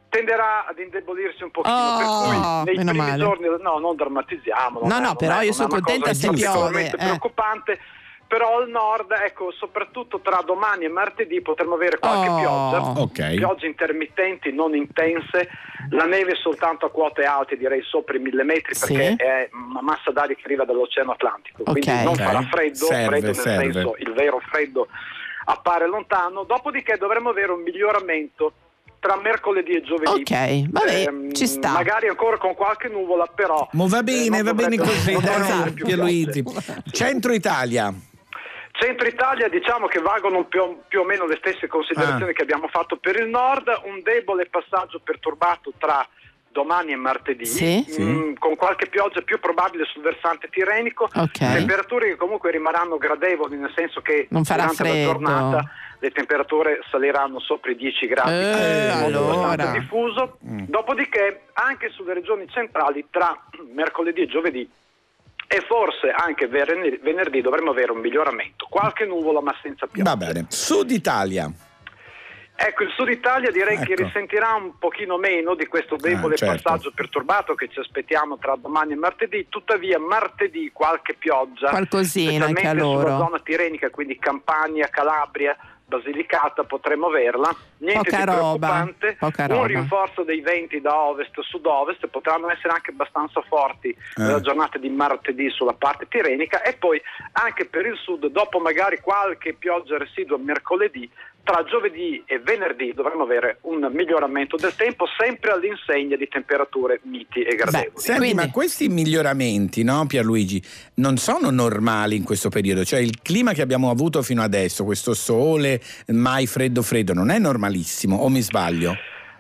tenderà ad indebolirsi un pochino, per cui nei meno primi male. giorni non drammatizziamo. No, però io sono contenta se piove. Preoccupante. Però al nord, ecco, soprattutto tra domani e martedì potremo avere qualche pioggia, piogge intermittenti, non intense, la neve soltanto a quote alte, direi sopra i 1000 metri, perché è una massa d'aria che arriva dall'Oceano Atlantico, quindi non farà freddo, nel senso il vero freddo appare lontano, dopodiché dovremo avere un miglioramento tra mercoledì e giovedì. Ok, vabbè, ci sta. Magari ancora con qualche nuvola, però. Ma va bene così, dai, Pierluigi. Centro Italia. Centro Italia, diciamo che valgono più o meno le stesse considerazioni che abbiamo fatto per il nord, un debole passaggio perturbato tra domani e martedì, con qualche pioggia più probabile sul versante tirrenico, temperature che comunque rimarranno gradevoli, nel senso che durante la giornata le temperature saliranno sopra i 10 gradi, abbastanza diffuso. Dopodiché anche sulle regioni centrali tra mercoledì e giovedì e forse anche venerdì dovremmo avere un miglioramento, qualche nuvola ma senza pioggia. Va bene. Sud Italia. Ecco, il Sud Italia direi che risentirà un pochino meno di questo debole passaggio perturbato che ci aspettiamo tra domani e martedì, tuttavia martedì qualche pioggia, qualcosina anche a loro. Sulla zona tirenica, quindi Campania, Calabria, Basilicata potremmo averla, niente poca di preoccupante, roba. Rinforzo dei venti da ovest sud-ovest, potranno essere anche abbastanza forti nella giornata di martedì sulla parte tirenica, e poi anche per il sud, dopo magari qualche pioggia residua mercoledì, tra giovedì e venerdì dovremo avere un miglioramento del tempo, sempre all'insegna di temperature miti e gradevoli. Senti, ma questi miglioramenti, no, Pierluigi, non sono normali in questo periodo? Cioè il clima che abbiamo avuto fino adesso, questo sole mai freddo, non è normalissimo, o mi sbaglio?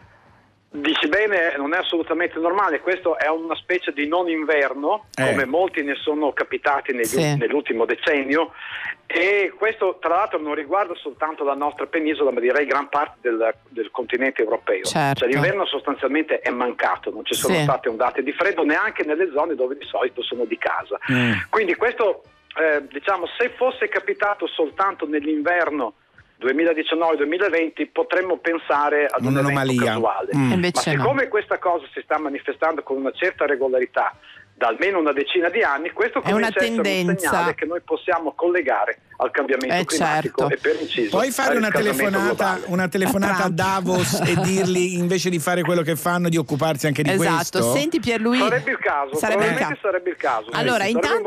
Dici bene, non è assolutamente normale, questo è una specie di non inverno, come molti ne sono capitati nell'ultimo decennio, e questo tra l'altro non riguarda soltanto la nostra penisola, ma direi gran parte del continente europeo. Cioè l'inverno sostanzialmente è mancato, non ci sono state ondate di freddo neanche nelle zone dove di solito sono di casa. Quindi questo, diciamo, se fosse capitato soltanto nell'inverno 2019-2020 potremmo pensare ad un evento casuale, ma siccome questa cosa si sta manifestando con una certa regolarità da almeno una decina di anni, questo comincia a essere un segnale che noi possiamo collegare al cambiamento climatico e per inciso puoi fare una telefonata a Davos e dirgli, invece di fare quello che fanno, di occuparsi anche di questo? Senti Pierluigi, sarebbe il caso, sarebbe il caso. Allora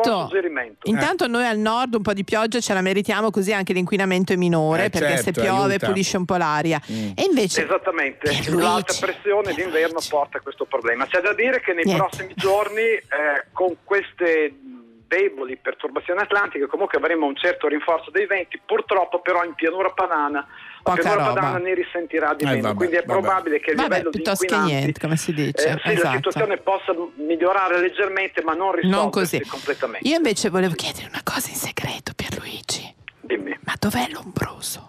intanto noi al nord un po' di pioggia ce la meritiamo, così anche l'inquinamento è minore, perché se piove pulisce un po' l'aria. E invece esattamente l'alta pressione d'inverno porta a questo problema. C'è da dire che nei prossimi giorni con queste deboli perturbazioni atlantiche comunque avremo un certo rinforzo dei venti, purtroppo però in pianura padana la pianura padana ne risentirà di meno, quindi è probabile che il livello di inquinanti come si dice, la situazione possa migliorare leggermente ma non risolversi completamente. Io invece volevo chiedere una cosa in segreto, Pierluigi. Dimmi. Ma dov'è l'ombroso?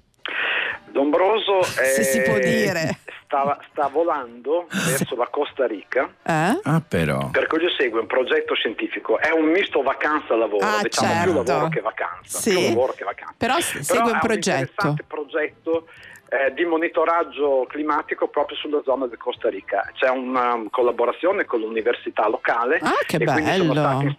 L'ombroso se si può dire sta volando verso la Costa Rica, però perché lui segue un progetto scientifico, è un misto vacanza-lavoro, diciamo più lavoro che vacanza, però segue un progetto, un interessante progetto di monitoraggio climatico proprio sulla zona del Costa Rica. C'è una collaborazione con l'università locale che e bello. quindi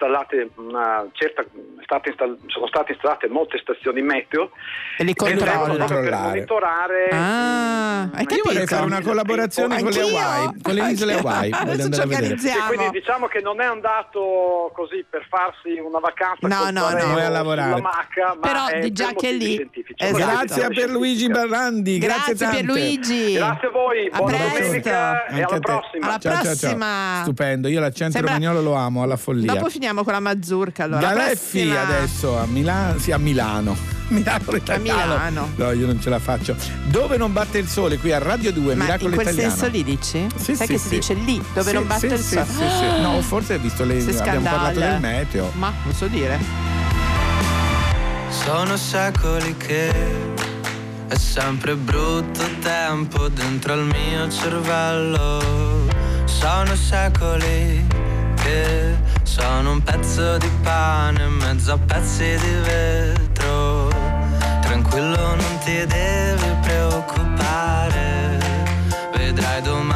sono state installate molte stazioni meteo e li controllano per monitorare. Io vorrei fare una collaborazione con le Hawaii, con le isole Hawaii. Quindi diciamo che non è andato così per farsi una vacanza a lavorare sulla macca, ma però è già che lì. Grazie a Pierluigi Barrandi. Grazie Pierluigi. Grazie a voi, buona domenica e alla prossima. Alla prossima. Ciao. Stupendo, io l'accento romagnolo lo amo alla follia. Dopo finiamo con la mazurka, allora. Galeffi adesso a Milano, a Milano. No, io non ce la faccio. Dove non batte il sole, qui a Radio 2, ma Miracolo in quel Italiano. senso lì dici? Sai che si dice lì, dove non batte il sole. No, forse hai visto abbiamo parlato del meteo. Ma non so dire. Sono secoli che è sempre brutto tempo dentro al mio cervello. Sono secoli che sono un pezzo di pane in mezzo a pezzi di vetro. Tranquillo, non ti devi preoccupare, vedrai domani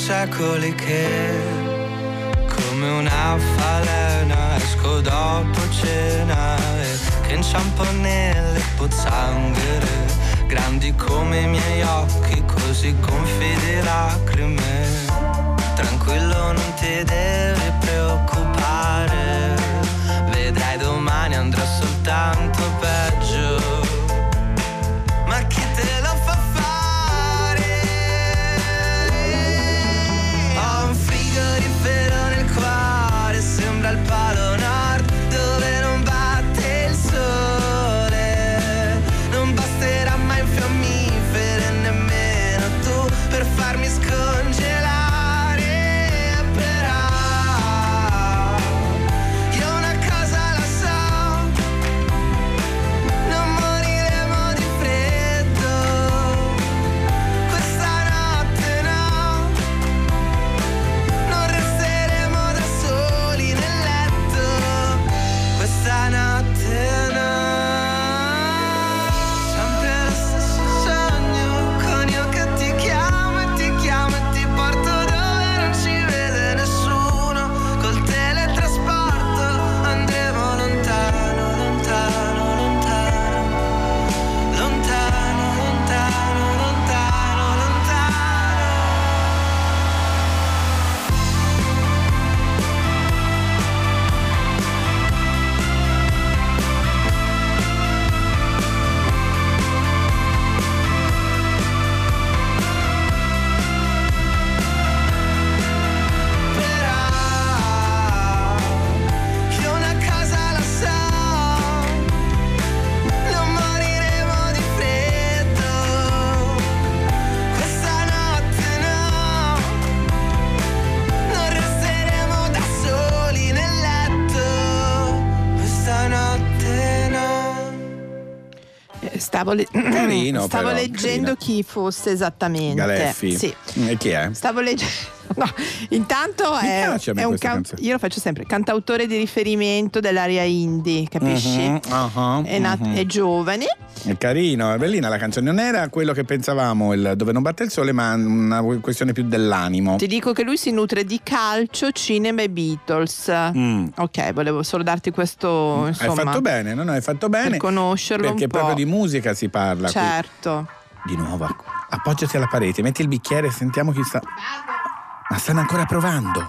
secoli che come un'alfalena esco dopo cena e che inciampo nelle pozzanghere grandi come i miei occhi così gonfi di lacrime. Tranquillo, non ti devi preoccupare, vedrai domani andrà soltanto peggio. Ma chi te lo fa fare? Ho un frigorifero nel cuore, sembra il Polo Nord dove non batte il sole. Non basterà mai un fiammifero, nemmeno tu per farmi scongelare. Stavo leggendo chi fosse esattamente. Galeffi. Sì. E chi è? Stavo leggendo. No, intanto è un io lo faccio sempre, cantautore di riferimento dell'area indie, capisci? È giovane. È carino, è bellina la canzone. Non era quello che pensavamo, il Dove non batte il sole, ma una questione più dell'animo. Ti dico che lui si nutre di calcio, cinema e Beatles. Ok, volevo solo darti questo, insomma. Hai fatto bene, no? Hai fatto bene. Per conoscerlo perché un po'. Proprio di musica si parla. Certo. Qui. Di nuovo, appoggiati alla parete, metti il bicchiere e sentiamo chi sta. Ma stanno ancora provando.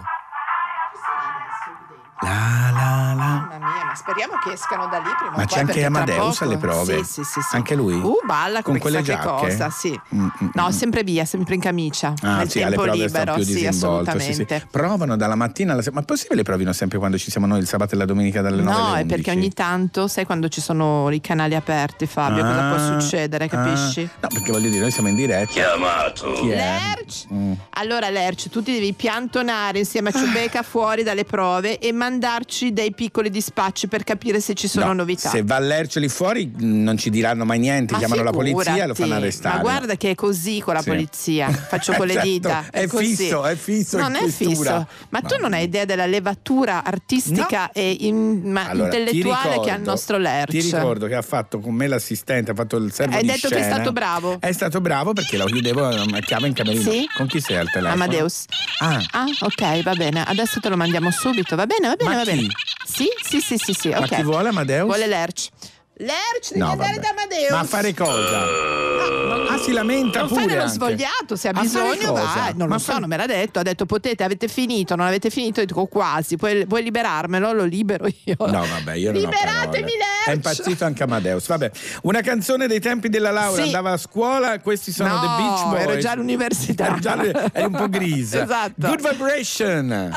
Mamma mia, ma speriamo che escano da lì prima o poi. Ma c'è anche Amadeus alle prove. Sì. Anche lui? Balla con quelle chissà che giacche. Cosa, sì. No, sempre via, sempre in camicia. Nel sì, tempo alle prove libero, più sì, assolutamente. Sì. Provano dalla mattina alla sera. Ma è possibile provino sempre quando ci siamo noi il sabato e la domenica dalle 9 alle 11? No, è perché ogni tanto, sai quando ci sono i canali aperti, Fabio, cosa può succedere, capisci? No, perché voglio dire, noi siamo in diretta. Chiamato. Chi è? Lerch? Allora Lerch, tu ti devi piantonare insieme a Ciubecca fuori dalle prove e mandarci dei piccoli dispacci per capire se ci sono novità. Se va Lerch lì fuori non ci diranno mai niente, chiamano la polizia e lo fanno arrestare. Ma guarda che è così con la polizia, faccio con le dita. È fisso non è fisso. Ma tu non hai idea della levatura artistica e intellettuale che ha il nostro Lerch. Ti ricordo che ha fatto con me l'assistente, ha fatto il servo di scena. Hai detto che è stato bravo. È stato bravo perché lo chiudevo a chiave in camerino. Sì? Con chi sei al telefono? Amadeus. Ok, va bene. Adesso te lo mandiamo subito. Va bene. Sì, ok. Ma chi vuole Amadeus? Vuole Lerch. Lerch, devi andare da Amadeus. Ma a fare cosa? Si lamenta pure. Non fare lo anche. Svogliato, se ha bisogno vai. Non lo so, non me l'ha detto. Ha detto avete finito, non avete finito. Io dico quasi. Vuoi liberarmelo? Lo libero io. No, vabbè, io non ho parole. Liberatemi Lerch. È impazzito anche Amadeus. Vabbè, una canzone dei tempi della laurea. Andava a scuola, questi sono The Beach Boys. Ero già all'università. È un po' grisa. Esatto. Good Vibration.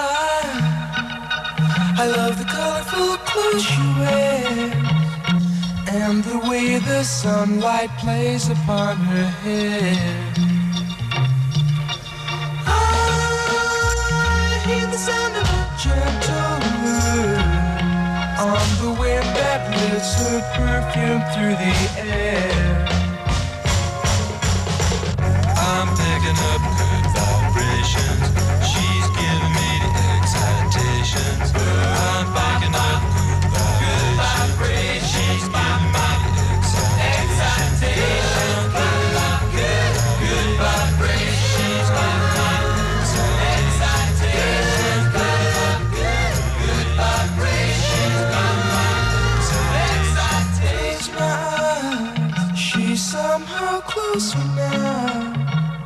I love the colorful clothes you wear and the way the sunlight plays upon her hair. I hear the sound of a gentle word on the wind that lifts her perfume through the air. I'm picking up good vibrations. She's giving me the excitations. I'm picking up good vibrations. She's giving me the excitations. Good vibrations. She's giving me the excitations. somehow closer now.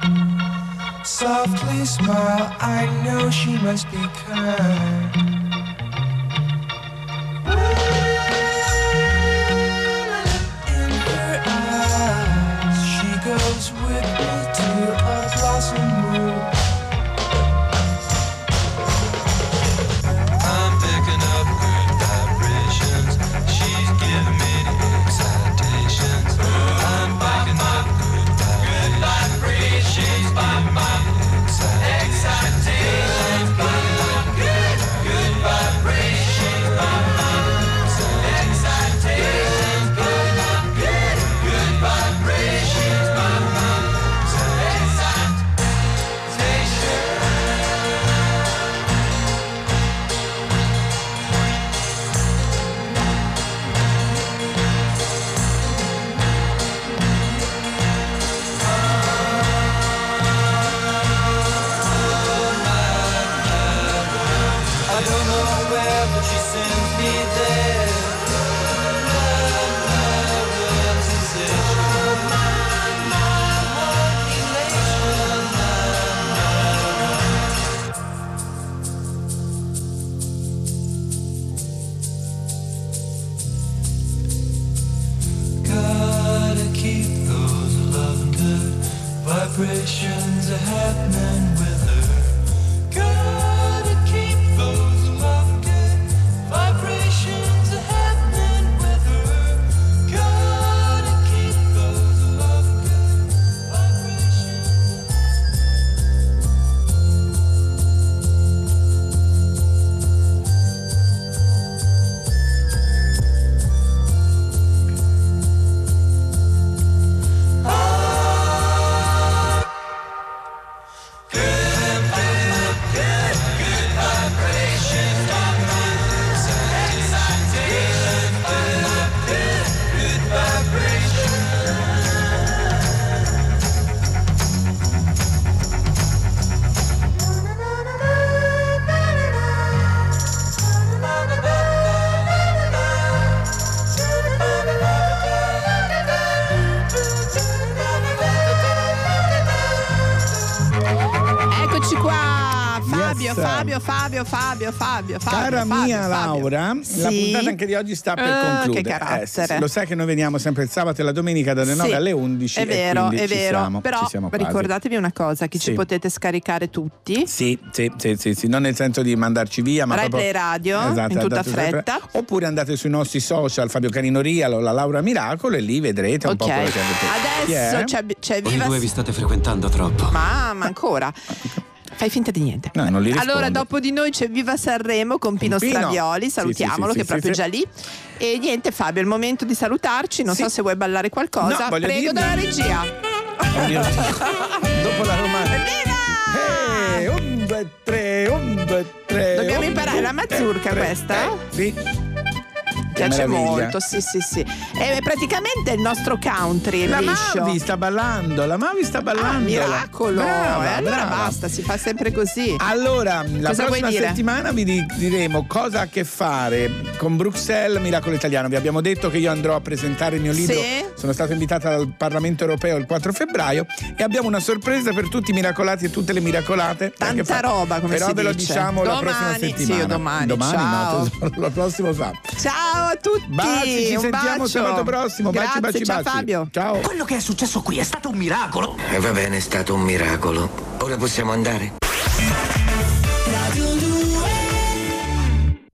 Softly smile, I know she must be kind. In her eyes, she goes with me to a blossom room. I'm picking up good vibrations. She's giving me the excitations. I'm picking up good vibrations. She's giving me the excitations. Good vibrations. Vibrations are happening with her. Gotta keep those love good. Vibrations are happening with her. Gotta keep those love good. Fabio. Cara mia Laura, Sì? la puntata anche di oggi sta per concludere. Che carattere. Lo sai che noi veniamo sempre il sabato e la domenica dalle 9 alle 11. È vero, e è vero. ci Però siamo quasi. ricordatevi una cosa, che ci potete scaricare tutti. Sì, non nel senso di mandarci via, ma Rai proprio Play Radio, in tutta fretta. Oppure andate sui nostri social, Fabio Canino Real o la Laura Miracolo, e lì vedrete un po' quello che avete. Adesso c'è Voi Viva. due vi state frequentando troppo. Mamma, ancora. Fai finta di niente. No, non li rispondo. Allora, dopo di noi c'è Viva Sanremo con Pino Stravioli, salutiamolo, che è proprio già lì. E niente, Fabio, è il momento di salutarci. Non so se vuoi ballare qualcosa. No, voglio Prego dirvi- dalla regia. Dopo la romana. Viva! 1, 2, 3. Dobbiamo imparare la mazurka questa? Sì. Piace meraviglia. molto, sì. È praticamente il nostro country. La liscio. Mavi sta ballando. Miracolo. Brava, Allora brava. basta, si fa sempre così. Allora, la Cosa vuoi prossima dire? settimana vi diremo cosa ha a che fare con Bruxelles Miracolo Italiano. Vi abbiamo detto che io andrò a presentare il mio libro. Sì. Sono stato invitata al Parlamento Europeo il 4 febbraio e abbiamo una sorpresa per tutti i miracolati e tutte le miracolate. Tanta roba, come però si ve lo dice. diciamo la Domani, prossima settimana. sì, io domani. Ciao. No, tesoro, la prossima sa. Ciao a tutti. Baci, ci un sentiamo bacio. sabato prossimo. Grazie, Baci. ciao Fabio. Ciao. Quello che è successo qui è stato un miracolo. Va bene, è stato un miracolo. Ora possiamo andare?